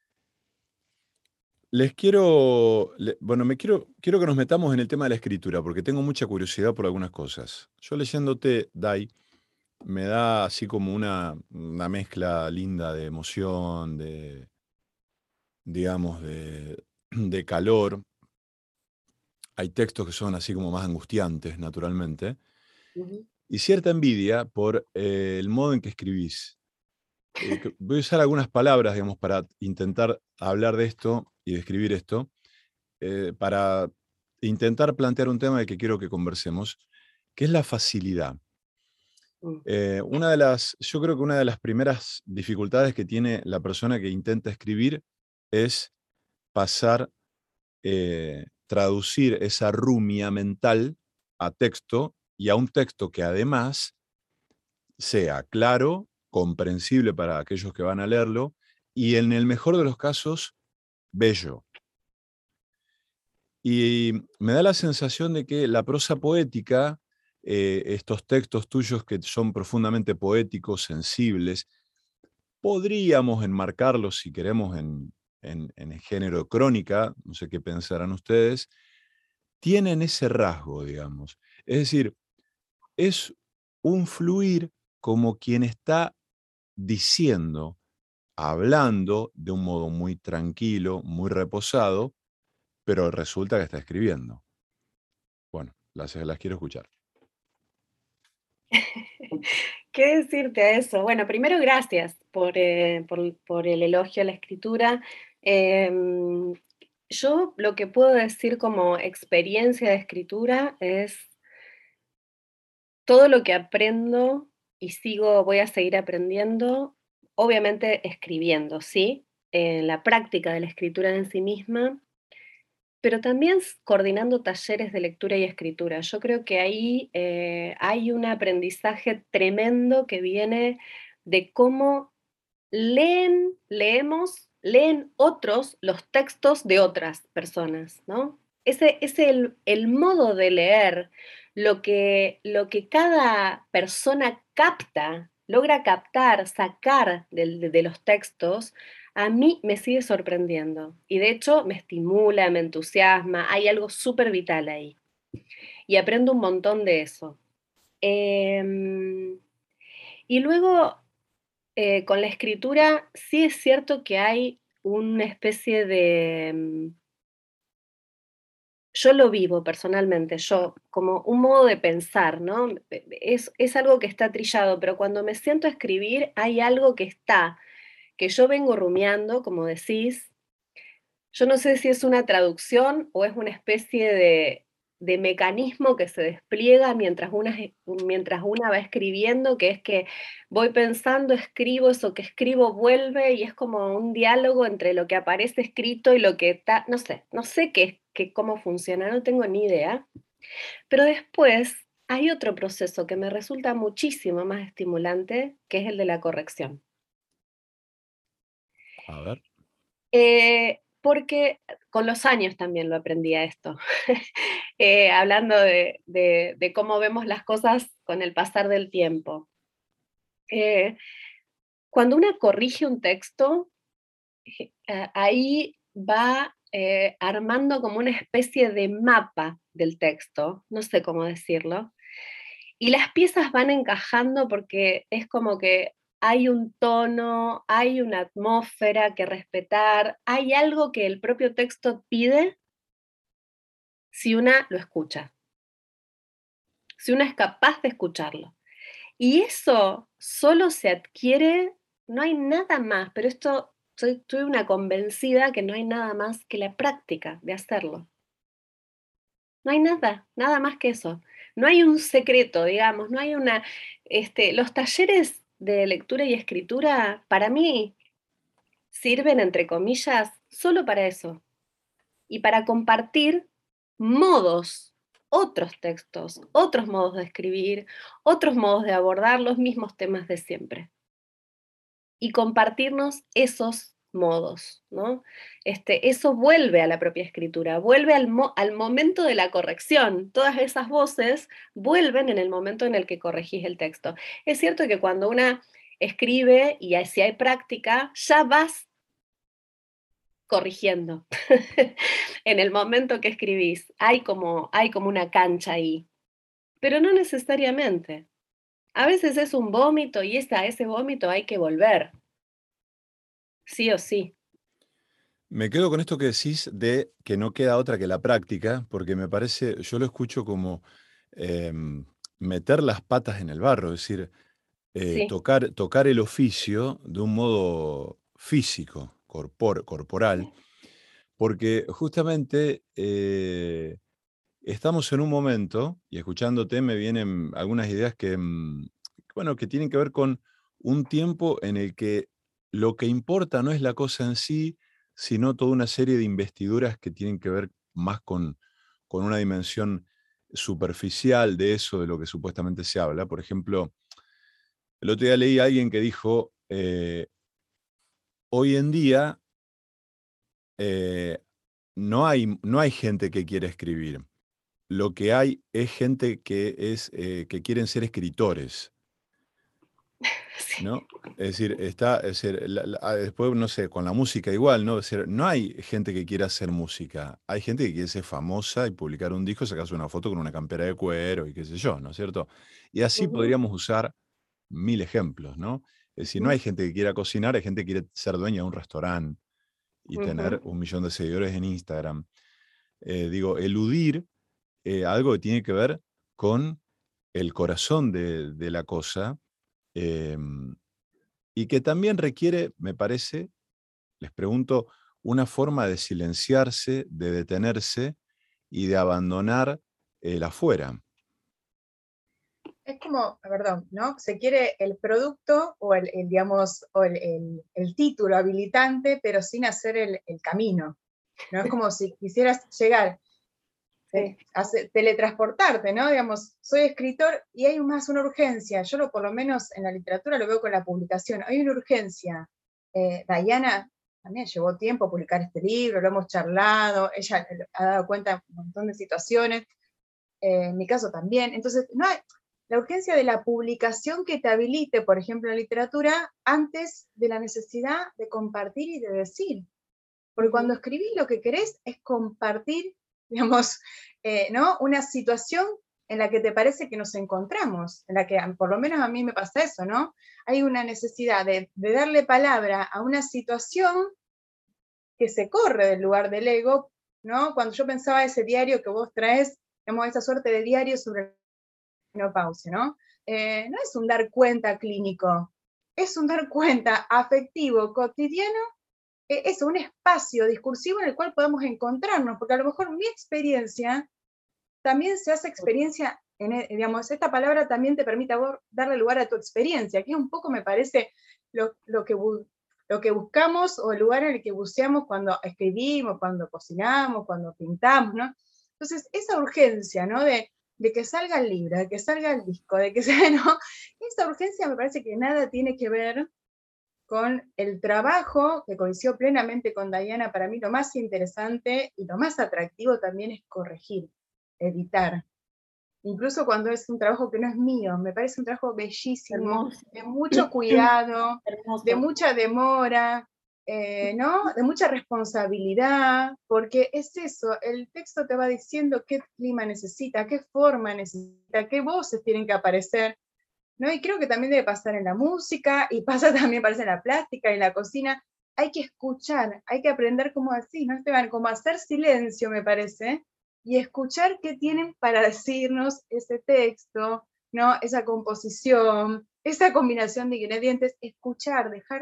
Les quiero, le- bueno, me quiero, quiero que nos metamos en el tema de la escritura, porque tengo mucha curiosidad por algunas cosas. Yo leyéndote, Dai, me da así como una, una mezcla linda de emoción, de, digamos, de, de calor. Hay textos que son así como más angustiantes, naturalmente, Ujú, y cierta envidia por eh, el modo en que escribís. Eh, que- voy a usar algunas palabras, digamos, para intentar hablar de esto y describir esto. Eh, para intentar plantear un tema del que quiero que conversemos, que es la facilidad. mm, Eh, una de las, yo creo que una de las primeras dificultades que tiene la persona que intenta escribir es pasar, eh, traducir esa rumia mental a texto y a un texto que además sea claro, comprensible para aquellos que van a leerlo y en el mejor de los casos, bello. Y me da la sensación de que la prosa poética, eh, estos textos tuyos que son profundamente poéticos, sensibles, podríamos enmarcarlos, si queremos, en, en, en el género de crónica, no sé qué pensarán ustedes, tienen ese rasgo, digamos. Es decir, es un fluir como quien está diciendo, hablando de un modo muy tranquilo, muy reposado, pero resulta que está escribiendo. Bueno, las, las quiero escuchar. ¿Qué decirte a eso? Bueno, primero gracias por, eh, por- por el elogio a la escritura. Em, yo lo que puedo decir como experiencia de escritura es todo lo que aprendo y sigo, voy a seguir aprendiendo, obviamente escribiendo, ¿sí? En la práctica de la escritura en sí misma, pero también s- coordinando talleres de lectura y escritura. Yo creo que ahí eh, hay un aprendizaje tremendo que viene de cómo leen, leemos, leen otros los textos de otras personas, ¿no? Ese es el, el modo de leer, lo que, lo que cada persona capta, logra captar, sacar del- de, de los textos, a mí me sigue sorprendiendo. Y de hecho me estimula, me entusiasma, hay algo súper vital ahí. Y aprendo un montón de eso. Em, y luego eh, con la escritura sí es cierto que hay una especie de, mm, yo lo vivo personalmente, yo como un modo de pensar, ¿no? E- Es, es algo que está trillado, pero cuando me siento a escribir hay algo que está, que yo vengo rumiando, como decís. Yo no sé si es una traducción o es una especie de, de mecanismo que se despliega mientras una, mientras una va escribiendo, que es que voy pensando, escribo, eso que escribo vuelve y es como un diálogo entre lo que aparece escrito y lo que está, no sé, no sé qué, qué, cómo funciona, no tengo ni idea. Pero después hay otro proceso que me resulta muchísimo más estimulante, que es el de la corrección. A ver. Eh, porque con los años también lo aprendí a esto. Eh, hablando de, de- de cómo vemos las cosas con el pasar del tiempo. Eh, Cuando una corrige un texto, eh, ahí va eh, armando como una especie de mapa del texto, no sé cómo decirlo, y las piezas van encajando porque es como que hay un tono, hay una atmósfera que respetar, hay algo que el propio texto pide si una lo escucha, si una es capaz de escucharlo. Y eso solo se adquiere, no hay nada más, pero esto soy, estoy una convencida que no hay nada más que la práctica de hacerlo. No hay nada, nada más que eso. No hay un secreto, digamos, no hay una... Este, los talleres de lectura y escritura, para mí, sirven, entre comillas, solo para eso. Y para compartir modos, otros textos, otros modos de escribir, otros modos de abordar los mismos temas de siempre. Y compartirnos esos modos, ¿no? Este, eso vuelve a la propia escritura, vuelve al, mo al momento de la corrección. Todas esas voces vuelven en el momento en el que corregís el texto. Es cierto que cuando una escribe y si hay práctica, ya vas corrigiendo. En el momento que escribís, hay como, hay como una cancha ahí, pero no necesariamente. A veces es un vómito y esa, a ese vómito hay que volver. Sí o sí. Me quedo con esto que decís de que no queda otra que la práctica, porque me parece, yo lo escucho como eh, meter las patas en el barro, es decir, eh, Sí. tocar, tocar el oficio de un modo físico, corpor, corporal, porque justamente eh, estamos en un momento, y escuchándote me vienen algunas ideas que, mm, bueno, que tienen que ver con un tiempo en el que lo que importa no es la cosa en sí, sino toda una serie de investiduras que tienen que ver más con, con una dimensión superficial de eso, de lo que supuestamente se habla. Por ejemplo, el otro día leí a alguien que dijo, eh, hoy en día eh, no hay, no hay gente que quiere escribir. Lo que hay es gente que, es, eh, que quieren ser escritores, Sí. ¿no? Es decir, está, es decir, la- la- ah, después, no sé, con la música igual, ¿no? Es decir, no hay gente que quiera hacer música, hay gente que quiere ser famosa y publicar un disco, sacarse una foto con una campera de cuero y qué sé yo, ¿no es cierto? Y así Ujú, podríamos usar mil ejemplos, ¿no? Es decir, no ujú, hay gente que quiera cocinar, hay gente que quiere ser dueña de un restaurante y tener ujú. un millón de seguidores en Instagram. Eh, digo, eludir eh, algo que tiene que ver con el corazón de, de la cosa, em, y que también requiere, me parece, les pregunto, una forma de silenciarse, de detenerse y de abandonar el afuera. Es como, perdón, ¿no? Se quiere el producto o el, el, digamos, o el, el, el título habilitante, pero sin hacer el, el camino. ¿No? Es como si quisieras llegar, Sí. hacer, teletransportarte, ¿no? Digamos, soy escritor y hay más una urgencia. Yo lo, por lo menos en la literatura lo veo con la publicación. Hay una urgencia. Eh, Diana también llevó tiempo publicar este libro, lo hemos charlado, ella ha dado cuenta de un montón de situaciones. Eh, en mi caso también. Entonces, no hay, la urgencia de la publicación que te habilite, por ejemplo, en la literatura, antes de la necesidad de compartir y de decir. Porque cuando escribís lo que querés es compartir, digamos, eh, ¿no? Una situación en la que te parece que nos encontramos, en la que por lo menos a mí me pasa eso, ¿no? Hay una necesidad de, de darle palabra a una situación que se corre del lugar del ego, ¿no? Cuando yo pensaba ese diario que vos traes, digamos, esa suerte de diario sobre la menopausia, ¿no? Eh, no es un dar cuenta clínico, es un dar cuenta afectivo, cotidiano, eh, eso, un espacio discursivo en el cual podamos encontrarnos, porque a lo mejor mi experiencia también se hace experiencia, en, digamos, esta palabra también te permite a vos darle lugar a tu experiencia, que es un poco, me parece, lo, lo que lo que buscamos o el lugar en el que buceamos cuando escribimos, cuando cocinamos, cuando pintamos, ¿no? Entonces, esa urgencia, ¿no? De, de que salga el libro, de que salga el disco, de que sea, ¿no? Esa urgencia me parece que nada tiene que ver con el trabajo, que coincido plenamente con Diana, para mí lo más interesante y lo más atractivo también es corregir, editar. Incluso cuando es un trabajo que no es mío, me parece un trabajo bellísimo, Hermoso. de mucho cuidado, de Hermoso. mucha demora, eh, ¿no? De mucha responsabilidad, porque es eso, el texto te va diciendo qué clima necesita, qué forma necesita, qué voces tienen que aparecer, ¿no? Y creo que también debe pasar en la música, y pasa también, parece, en la plástica, en la cocina. Hay que escuchar, hay que aprender cómo decir, ¿no, Esteban? Como hacer silencio, me parece, y escuchar qué tienen para decirnos ese texto, ¿no? Esa composición, esa combinación de ingredientes, escuchar, dejar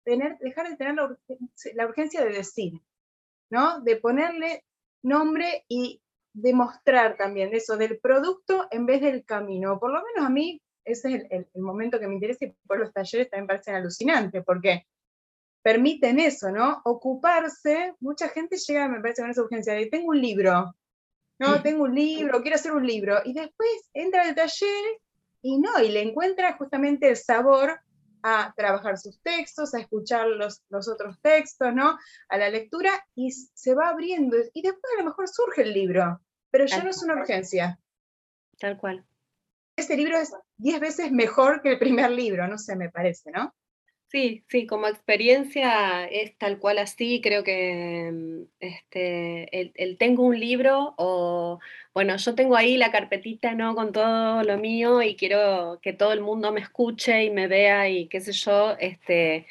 tener, dejar de tener la urgencia, la urgencia de decir, ¿no? De ponerle nombre y demostrar también eso, del producto en vez del camino. Por lo menos a mí ese es el, el, el momento que me interesa, y por los talleres también parecen alucinantes, porque permiten eso, ¿no? Ocuparse, mucha gente llega, me parece, con esa urgencia de tengo un libro, no, tengo un libro, quiero hacer un libro, y después entra al taller y no, y le encuentra justamente el sabor a trabajar sus textos, a escuchar los, los otros textos, ¿no? A la lectura, y se va abriendo, y después a lo mejor surge el libro, pero ya Tal no es una urgencia. Tal cual. Ese libro es diez veces mejor que el primer libro, no sé, me parece, ¿no? Sí, sí, como experiencia es tal cual así, creo que mm, este, el, el tengo un libro o, bueno, yo tengo ahí la carpetita, ¿no? Con todo lo mío y quiero que todo el mundo me escuche y me vea y qué sé yo, este,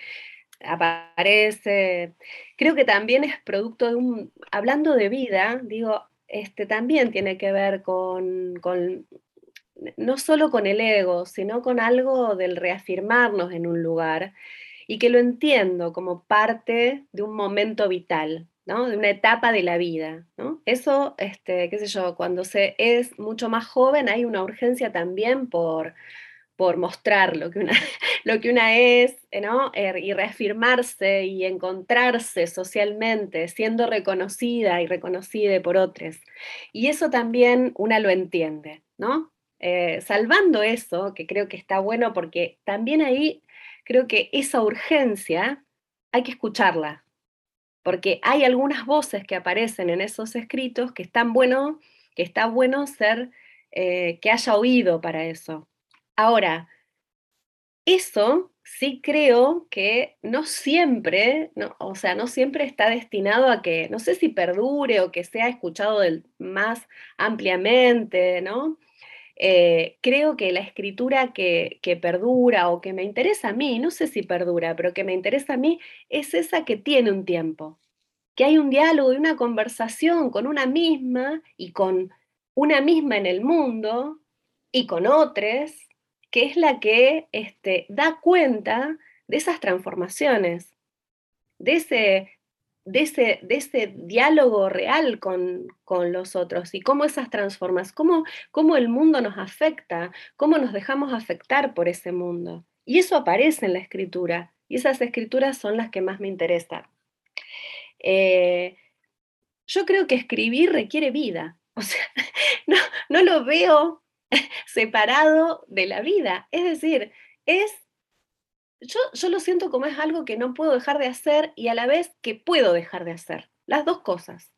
aparece. Creo que también es producto de un, hablando de vida, digo, este, también tiene que ver con, con no solo con el ego, sino con algo del reafirmarnos en un lugar y que lo entiendo como parte de un momento vital, ¿no? De una etapa de la vida, ¿no? Eso, este, qué sé yo, cuando se es mucho más joven hay una urgencia también por, por mostrar lo que una, lo que una es, ¿no? Y reafirmarse y encontrarse socialmente, siendo reconocida y reconocida por otros. Y eso también una lo entiende, ¿no? Eh, salvando eso, que creo que está bueno porque también ahí creo que esa urgencia hay que escucharla, porque hay algunas voces que aparecen en esos escritos que están bueno, que está bueno ser, eh, que haya oído para eso. Ahora, eso sí creo que no siempre, no, o sea, no siempre está destinado a que, no sé si perdure o que sea escuchado del, más ampliamente, ¿no? Eh, creo que la escritura que, que perdura o que me interesa a mí, no sé si perdura, pero que me interesa a mí, es esa que tiene un tiempo, que hay un diálogo y una conversación con una misma y con una misma en el mundo y con otros, que es la que este, da cuenta de esas transformaciones, de ese, de ese, de ese diálogo real con, con los otros y cómo esas transformas, cómo, cómo el mundo nos afecta, cómo nos dejamos afectar por ese mundo. Y eso aparece en la escritura, y esas escrituras son las que más me interesan. Eh, yo creo que escribir requiere vida, o sea, no, no lo veo separado de la vida, es decir, es, yo, yo lo siento como es algo que no puedo dejar de hacer y a la vez que puedo dejar de hacer, las dos cosas.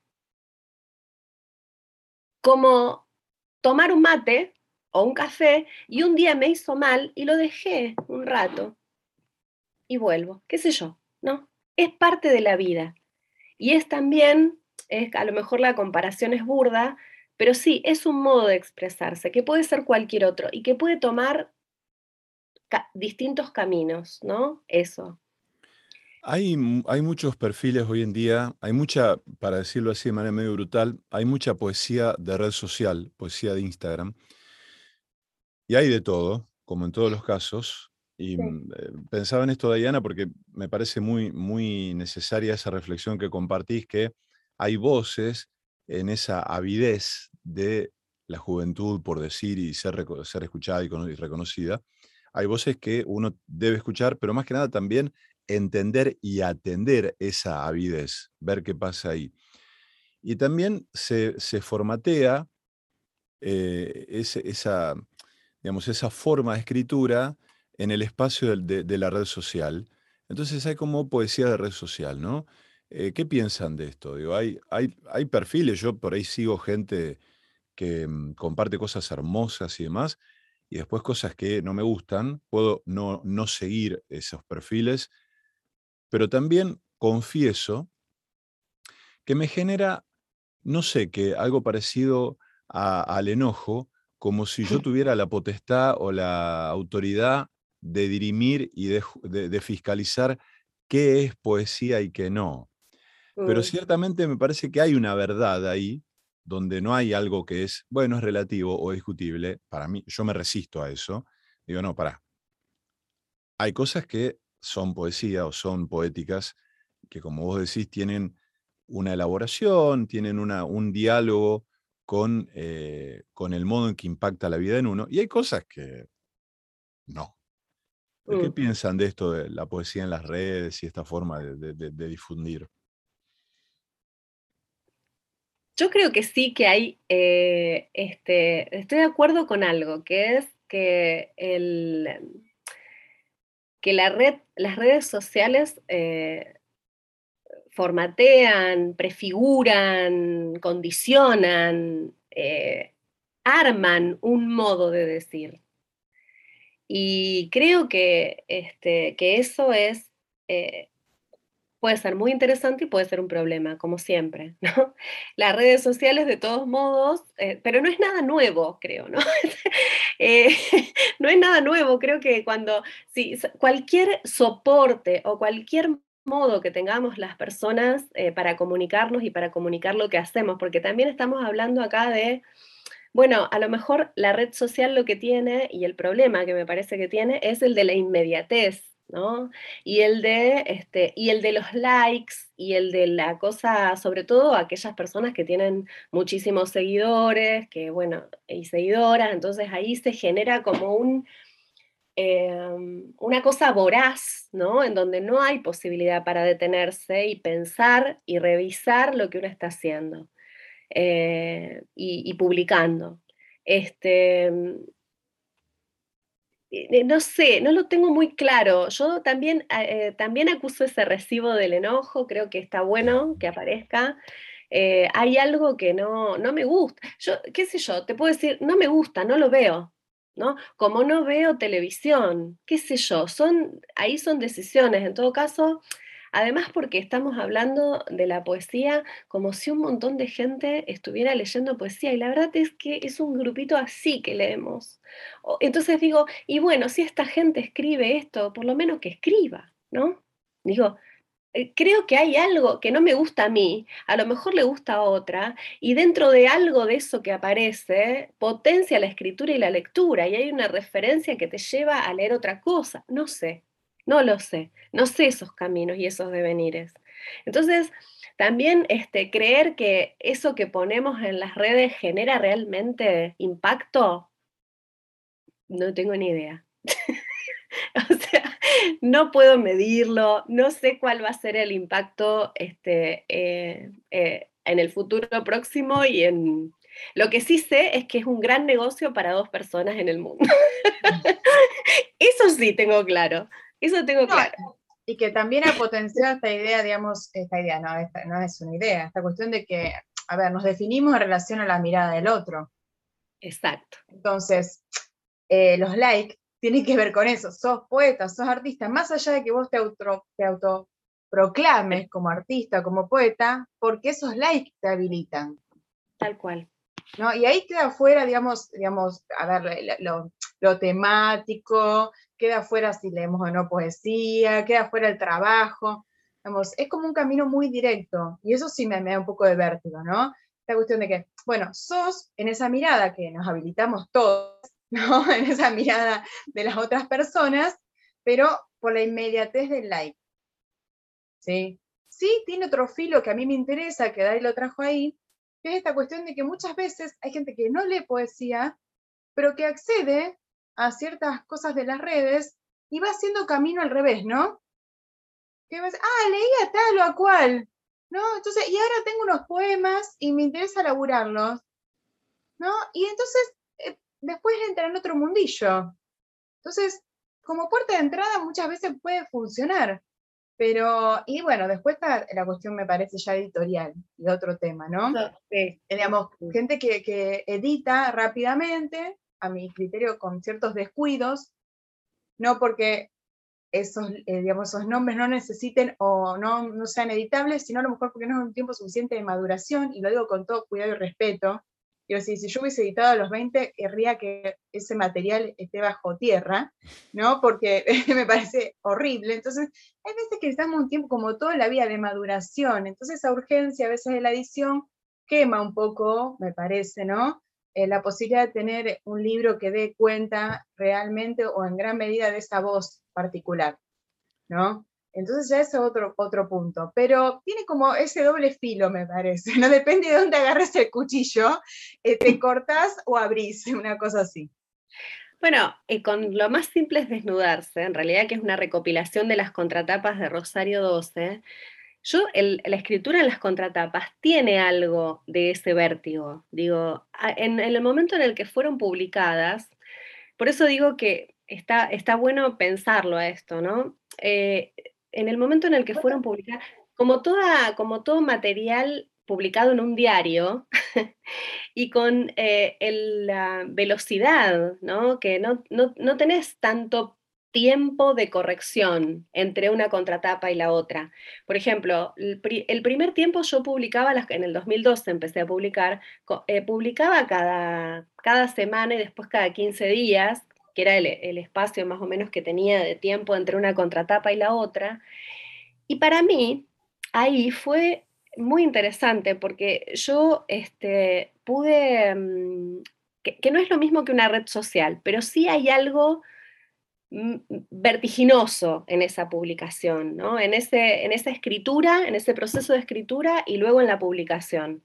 Como tomar un mate o un café y un día me hizo mal y lo dejé un rato y vuelvo, qué sé yo, ¿no? Es parte de la vida. Y es también, es, a lo mejor la comparación es burda, pero sí, es un modo de expresarse, que puede ser cualquier otro y que puede tomar ca distintos caminos, ¿no? Eso. Hay, mu- hay muchos perfiles hoy en día, hay mucha, para decirlo así de manera medio brutal, hay mucha poesía de red social, poesía de Instagram, y hay de todo, como en todos los casos. Y Sí. mm, eh, pensaba en esto, Diana, porque me parece muy, muy necesaria esa reflexión que compartís, que hay voces en esa avidez de la juventud por decir y ser, reco- ser escuchada y, cono- y reconocida. Hay voces que uno debe escuchar, pero más que nada también entender y atender esa avidez, ver qué pasa ahí. Y también se, se formatea eh, ese- esa, digamos, esa forma de escritura en el espacio del- de, de la red social. Entonces hay como poesía de red social, ¿no? Eh, ¿qué piensan de esto? Digo, hay, hay, hay perfiles, yo por ahí sigo gente que mm, comparte cosas hermosas y demás, y después cosas que no me gustan, puedo no, no seguir esos perfiles, pero también confieso que me genera, no sé, que algo parecido a- al enojo, como si yo tuviera la potestad o la autoridad de dirimir y de, ju- de- de fiscalizar qué es poesía y qué no. Pero Mm, ciertamente me parece que hay una verdad ahí, donde no hay algo que es, bueno, es relativo o discutible. Para mí, yo me resisto a eso. Digo, no, pará. Hay cosas que son poesía o son poéticas, que como vos decís, tienen una elaboración, tienen una, un diálogo con, eh, con el modo en que impacta la vida en uno, y hay cosas que no. ¿Qué Mm. piensan de esto de la poesía en las redes y esta forma de, de- de- de difundir? Yo creo que sí que hay, eh, este, estoy de acuerdo con algo, que es que, el, que la red, las redes sociales eh, formatean, prefiguran, condicionan, eh, arman un modo de decir. Y creo que, este, que eso es, eh, puede ser muy interesante y puede ser un problema, como siempre, ¿no? Las redes sociales, de todos modos, eh, pero no es nada nuevo, creo, ¿no? Eh, no es nada nuevo, creo que cuando, si cualquier soporte o cualquier modo que tengamos las personas eh, para comunicarnos y para comunicar lo que hacemos, porque también estamos hablando acá de, bueno, a lo mejor la red social lo que tiene, y el problema que me parece que tiene, es el de la inmediatez, ¿no? Y el de, este, y el de los likes, y el de la cosa, sobre todo aquellas personas que tienen muchísimos seguidores, que bueno, y seguidoras, entonces ahí se genera como un, eh, una cosa voraz, ¿no? En donde no hay posibilidad para detenerse y pensar y revisar lo que uno está haciendo eh, y, y publicando. Este, eh, no sé, no lo tengo muy claro. Yo también, eh, también acuso ese recibo del enojo, creo que está bueno que aparezca. Eh, hay algo que no, no me gusta. Yo, qué sé yo, te puedo decir, no me gusta, no lo veo, ¿no? Como no veo televisión, qué sé yo, son, ahí son decisiones. En todo caso, además porque estamos hablando de la poesía como si un montón de gente estuviera leyendo poesía, y la verdad es que es un grupito así que leemos. O- Entonces digo, y bueno, si esta gente escribe esto, por lo menos que escriba, ¿no? Digo, eh, creo que hay algo que no me gusta a mí, a lo mejor le gusta a otra, y dentro de algo de eso que aparece, potencia la escritura y la lectura, y hay una referencia que te lleva a leer otra cosa. No sé, no lo sé, no sé esos caminos y esos devenires. Entonces, también este, creer que eso que ponemos en las redes genera realmente impacto, no tengo ni idea. O sea, no puedo medirlo, no sé cuál va a ser el impacto este, eh, eh, en el futuro próximo y en... Lo que sí sé es que es un gran negocio para dos personas en el mundo. Eso sí tengo claro, eso tengo No, claro. y que también ha potenciado esta idea, digamos, esta idea, no, esta no es una idea, esta cuestión de que, a ver, nos definimos en relación a la mirada del otro. Exacto. Entonces, eh, los likes tienen que ver con eso. Sos poeta, sos artista, más allá de que vos te, auto, te autoproclames como artista, como poeta, porque esos likes te habilitan. Tal cual. ¿No? Y ahí queda fuera, digamos, digamos, a ver, lo, lo temático, queda fuera si leemos o no poesía, queda fuera el trabajo. Digamos, es como un camino muy directo, y eso sí me, me da un poco de vértigo, ¿no? La cuestión de que, bueno, sos en esa mirada que nos habilitamos todos, ¿no? En esa mirada de las otras personas, pero por la inmediatez del like, ¿sí? Sí, tiene otro filo que a mí me interesa, que Dai lo trajo ahí, que es esta cuestión de que muchas veces hay gente que no lee poesía, pero que accede a ciertas cosas de las redes y va haciendo camino al revés, ¿no? Que va a decir, ah, leía tal o a cual, ¿no? Entonces, y ahora tengo unos poemas y me interesa laburarlos, ¿no? Y entonces, eh, después entra en otro mundillo. Entonces, como puerta de entrada muchas veces puede funcionar, pero, y bueno, después está la cuestión, me parece, ya editorial y otro tema, ¿no? Eso, sí. Eh, digamos, gente que, que edita rápidamente, a mi criterio con ciertos descuidos, no porque esos, eh, digamos, esos nombres no necesiten o no, no sean editables, sino a lo mejor porque no es un tiempo suficiente de maduración, y lo digo con todo cuidado y respeto. Quiero decir, si yo hubiese editado a los veinte, querría que ese material esté bajo tierra, ¿no? Porque me parece horrible. Entonces, hay veces que estamos un tiempo, como toda la vida, de maduración. Entonces, esa urgencia a veces de la edición quema un poco, me parece, ¿no? Eh, la posibilidad de tener un libro que dé cuenta realmente o en gran medida de esa voz particular. ¿no? Entonces ya es otro, otro punto. Pero tiene como ese doble filo, me parece, ¿no? Depende de dónde agarres el cuchillo, eh, te cortás o abrís, una cosa así. Bueno, y con lo más simple es desnudarse, en realidad que es una recopilación de las contratapas de Rosario doce. Yo, el, la escritura en las contratapas tiene algo de ese vértigo. Digo, en, en el momento en el que fueron publicadas, por eso digo que está, está bueno pensarlo a esto, ¿no? Eh, en el momento en el que fueron publicadas, como, toda, como todo material publicado en un diario, y con eh, el, la velocidad, ¿no? Que no, no, no tenés tanto tiempo de corrección entre una contratapa y la otra. Por ejemplo, el, pri el primer tiempo yo publicaba, las, en el dos mil doce empecé a publicar, eh, publicaba cada, cada semana y después cada quince días, que era el, el espacio más o menos que tenía de tiempo entre una contratapa y la otra. Y para mí, ahí fue muy interesante porque yo este, pude, mm, que, que no es lo mismo que una red social, pero sí hay algo mm, vertiginoso en esa publicación, ¿no? En ese, en esa escritura, en ese proceso de escritura y luego en la publicación.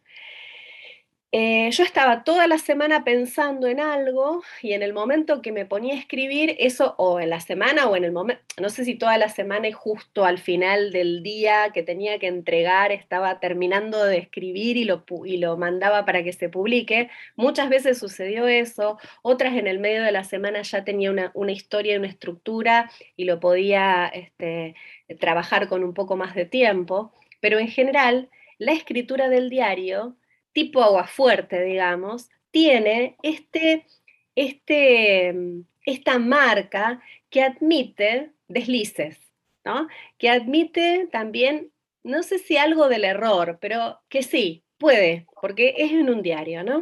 Eh, yo estaba toda la semana pensando en algo y en el momento que me ponía a escribir, eso o en la semana o en el momento, no sé si toda la semana y justo al final del día que tenía que entregar estaba terminando de escribir y lo, y lo mandaba para que se publique. Muchas veces sucedió eso, otras en el medio de la semana ya tenía una, una historia y una estructura y lo podía este, trabajar con un poco más de tiempo, pero en general la escritura del diario tipo aguafuerte, digamos, tiene este, este, esta marca que admite deslices, ¿no? Que admite también, no sé si algo del error, pero que sí, puede, porque es en un diario, ¿no?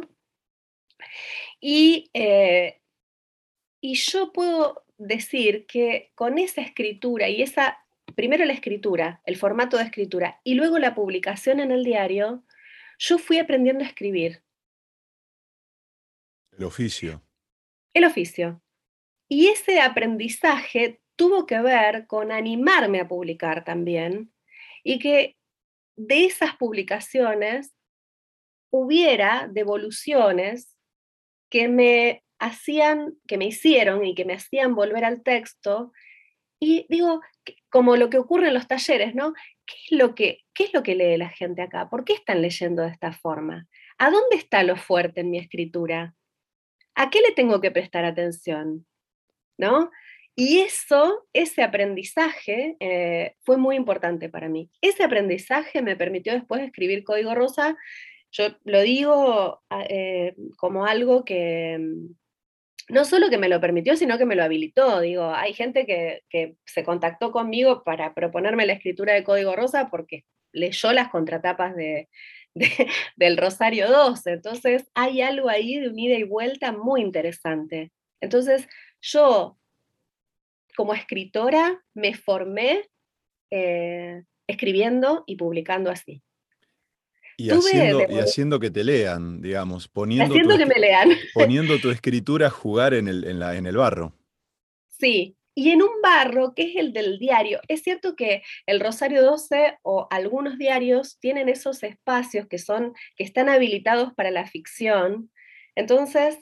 Y, eh, y yo puedo decir que con esa escritura y esa, primero la escritura, el formato de escritura, y luego la publicación en el diario, yo fui aprendiendo a escribir. El oficio. El oficio. Y ese aprendizaje tuvo que ver con animarme a publicar también y que de esas publicaciones hubiera devoluciones que me hacían, que me hicieron y que me hacían volver al texto. Y digo, como lo que ocurre en los talleres, ¿no? ¿Qué es lo que, qué es lo que lee la gente acá? ¿Por qué están leyendo de esta forma? ¿A dónde está lo fuerte en mi escritura? ¿A qué le tengo que prestar atención? ¿No? Y eso, ese aprendizaje eh, fue muy importante para mí. Ese aprendizaje me permitió después escribir Código Rosa. Yo lo digo eh, como algo que no solo que me lo permitió, sino que me lo habilitó. Digo, hay gente que, que se contactó conmigo para proponerme la escritura de Código Rosa porque leyó las contratapas de, de, del Rosario doce. Entonces hay algo ahí de un ida y vuelta muy interesante. Entonces yo como escritora me formé eh, escribiendo y publicando así. Y Tuve haciendo, de, y haciendo que te lean, digamos, poniendo tu, haciendo que me lean. poniendo tu escritura a jugar en el, en la, en el barro. Sí, y en un barro que es el del diario. Es cierto que el Rosario doce o algunos diarios tienen esos espacios que, son, que están habilitados para la ficción. Entonces,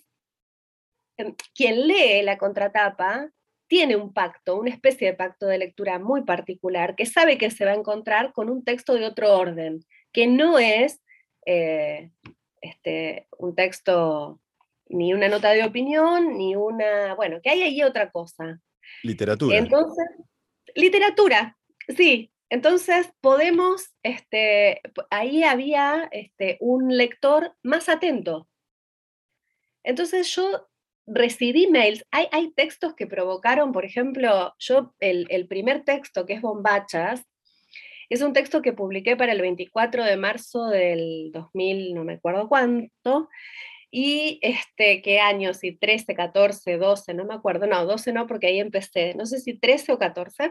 quien lee la contratapa tiene un pacto, una especie de pacto de lectura muy particular, que sabe que se va a encontrar con un texto de otro orden, que no es eh, este, un texto, ni una nota de opinión, ni una, bueno, que hay ahí otra cosa. Literatura. Entonces, literatura, sí. Entonces podemos, este, ahí había este, un lector más atento. Entonces yo recibí mails, hay, hay textos que provocaron, por ejemplo, yo el, el primer texto que es Bombachas, es un texto que publiqué para el veinticuatro de marzo del dos mil, no me acuerdo cuánto, y este, ¿qué año? Si trece, catorce, doce, no me acuerdo, no, doce no, porque ahí empecé, no sé si trece o catorce.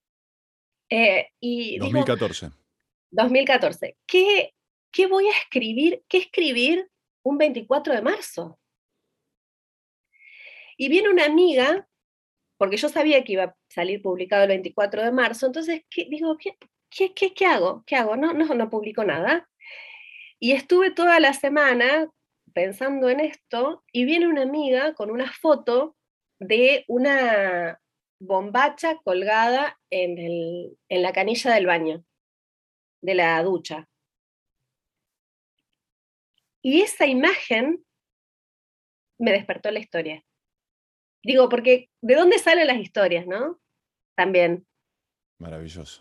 Eh, y dos mil digo, catorce. dos mil catorce, ¿qué, ¿qué voy a escribir? ¿Qué escribir un veinticuatro de marzo? Y viene una amiga porque yo sabía que iba a salir publicado el veinticuatro de marzo, entonces ¿qué, digo, ¿qué, qué, qué, qué hago? ¿Qué hago? No, no, no publico nada. Y estuve toda la semana pensando en esto, y viene una amiga con una foto de una bombacha colgada en, el, en la canilla del baño, de la ducha. Y esa imagen me despertó la historia. Digo, porque ¿de dónde salen las historias, no? También. Maravilloso.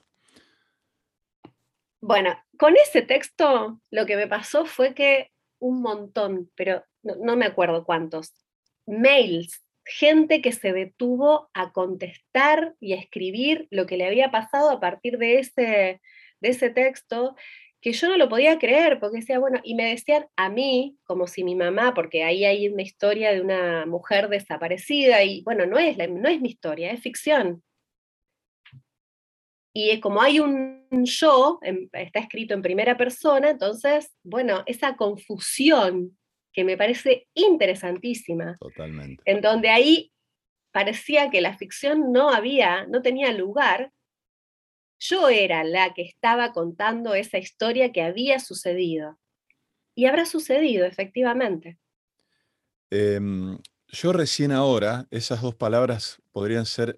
Bueno, con ese texto lo que me pasó fue que un montón, pero no, no me acuerdo cuántos, mails, gente que se detuvo a contestar y a escribir lo que le había pasado a partir de ese, de ese texto, que yo no lo podía creer, porque decía, bueno, y me decían a mí, como si mi mamá, porque ahí hay una historia de una mujer desaparecida, y bueno, no es, la, no es mi historia, es ficción. Y como hay un yo, está escrito en primera persona, entonces, bueno, esa confusión que me parece interesantísima. Totalmente. En donde ahí parecía que la ficción no había, no tenía lugar, yo era la que estaba contando esa historia que había sucedido. Y habrá sucedido, efectivamente. Eh, yo recién ahora, esas dos palabras podrían ser,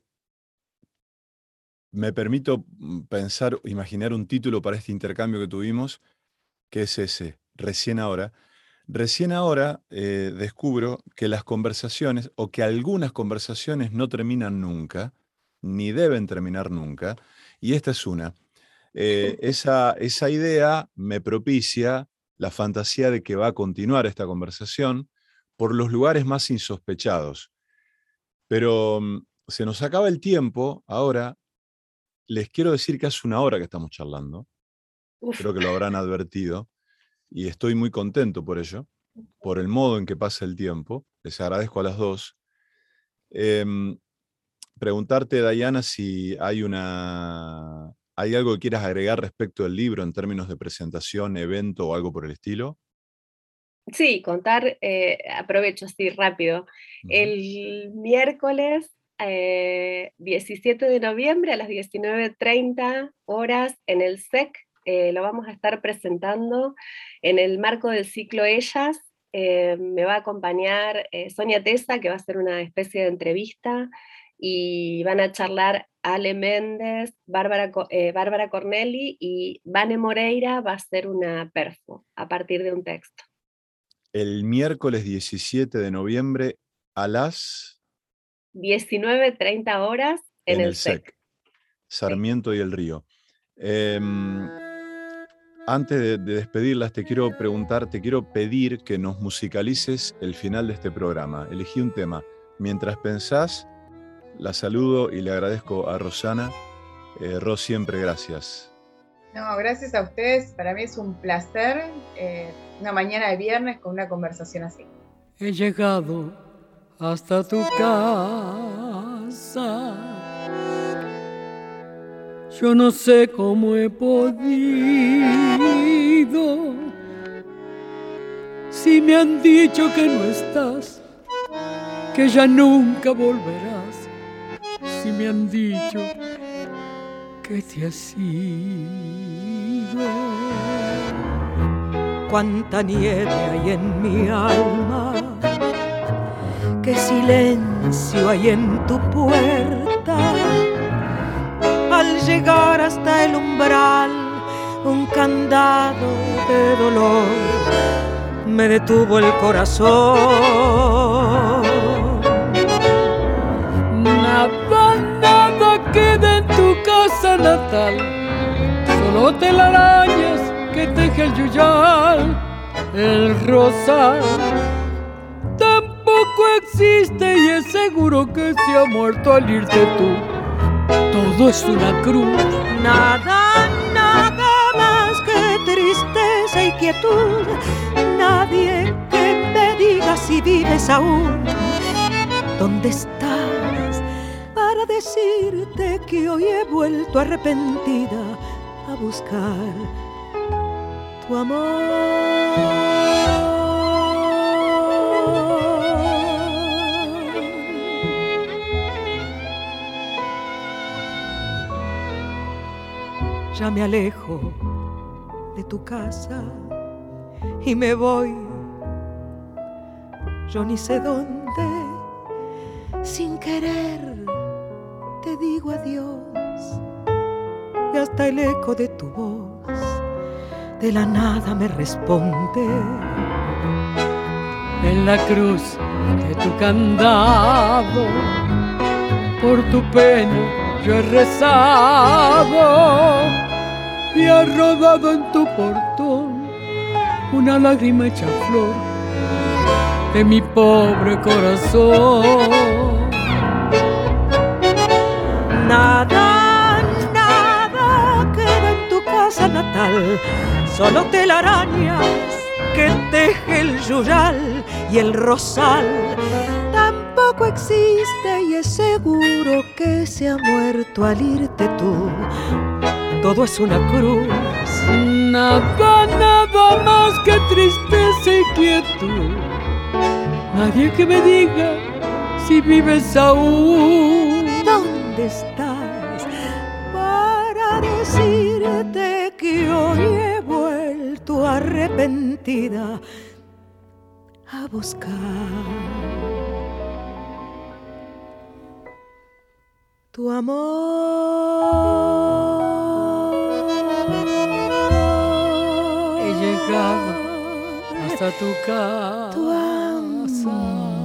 me permito pensar, imaginar un título para este intercambio que tuvimos, que es ese, recién ahora. Recién ahora eh, descubro que las conversaciones, o que algunas conversaciones no terminan nunca, ni deben terminar nunca, y esta es una. Eh, esa, esa idea me propicia la fantasía de que va a continuar esta conversación por los lugares más insospechados. Pero um, se nos acaba el tiempo. Ahora les quiero decir que hace una hora que estamos charlando. Uf. Creo que lo habrán advertido y estoy muy contento por ello, por el modo en que pasa el tiempo. Les agradezco a las dos. Eh, preguntarte, Dayana, si hay una... ¿Hay algo que quieras agregar respecto del libro en términos de presentación, evento o algo por el estilo? Sí, contar, eh, aprovecho así rápido. Uh-huh. El miércoles eh, diecisiete de noviembre a las diecinueve treinta horas en el S E C, eh, lo vamos a estar presentando en el marco del ciclo Ellas. Eh, me va a acompañar eh, Sonia Tesa, que va a hacer una especie de entrevista, y van a charlar Ale Méndez, Bárbara, eh, Bárbara Corneli, y Vane Moreira va a hacer una perfo a partir de un texto. El miércoles diecisiete de noviembre a las diecinueve treinta horas en, en el, el S E C. S E C. Sarmiento sí. Y el Río. Eh, antes de, de despedirlas, te quiero preguntar, te quiero pedir que nos musicalices el final de este programa. Elegí un tema. Mientras pensás, la saludo y le agradezco a Rosana. Eh, Ros, siempre gracias. No, gracias a ustedes. Para mí es un placer. Eh, una mañana de viernes con una conversación así. He llegado hasta tu casa. Yo no sé cómo he podido. Si me han dicho que no estás, que ya nunca volverás. Si me han dicho que te has ido. Cuánta nieve hay en mi alma, qué silencio hay en tu puerta. Al llegar hasta el umbral, un candado de dolor me detuvo el corazón. Nada, nada queda en tu casa natal, solo telarañas que teje el yuyal, el rosal. Tampoco existe y es seguro que se ha muerto al irte tú. Todo es una cruz. Nada, nada más que tristeza y quietud. Nadie que me diga si vives aún. ¿Dónde estás? Para decirte que hoy he vuelto arrepentida a buscar tu amor. ya me alejo de tu casa y me voy, yo ni sé dónde, sin querer te digo adiós, y hasta el eco de tu voz de la nada me responde. En la cruz de tu candado, por tu pena yo he rezado, y ha rodado en tu portón una lágrima hecha flor de mi pobre corazón. Nada, nada queda en tu casa natal, solo telarañas que teje el yuyal y el rosal. Tampoco existe y es seguro que se ha muerto al irte tú. Todo es una cruz, nada, nada más que tristeza y quietud. Nadie que me diga si vives aún. ¿Dónde estás para decirte que hoy he vuelto arrepentida a buscar tu amor? He llegado hasta tu casa, tu amor.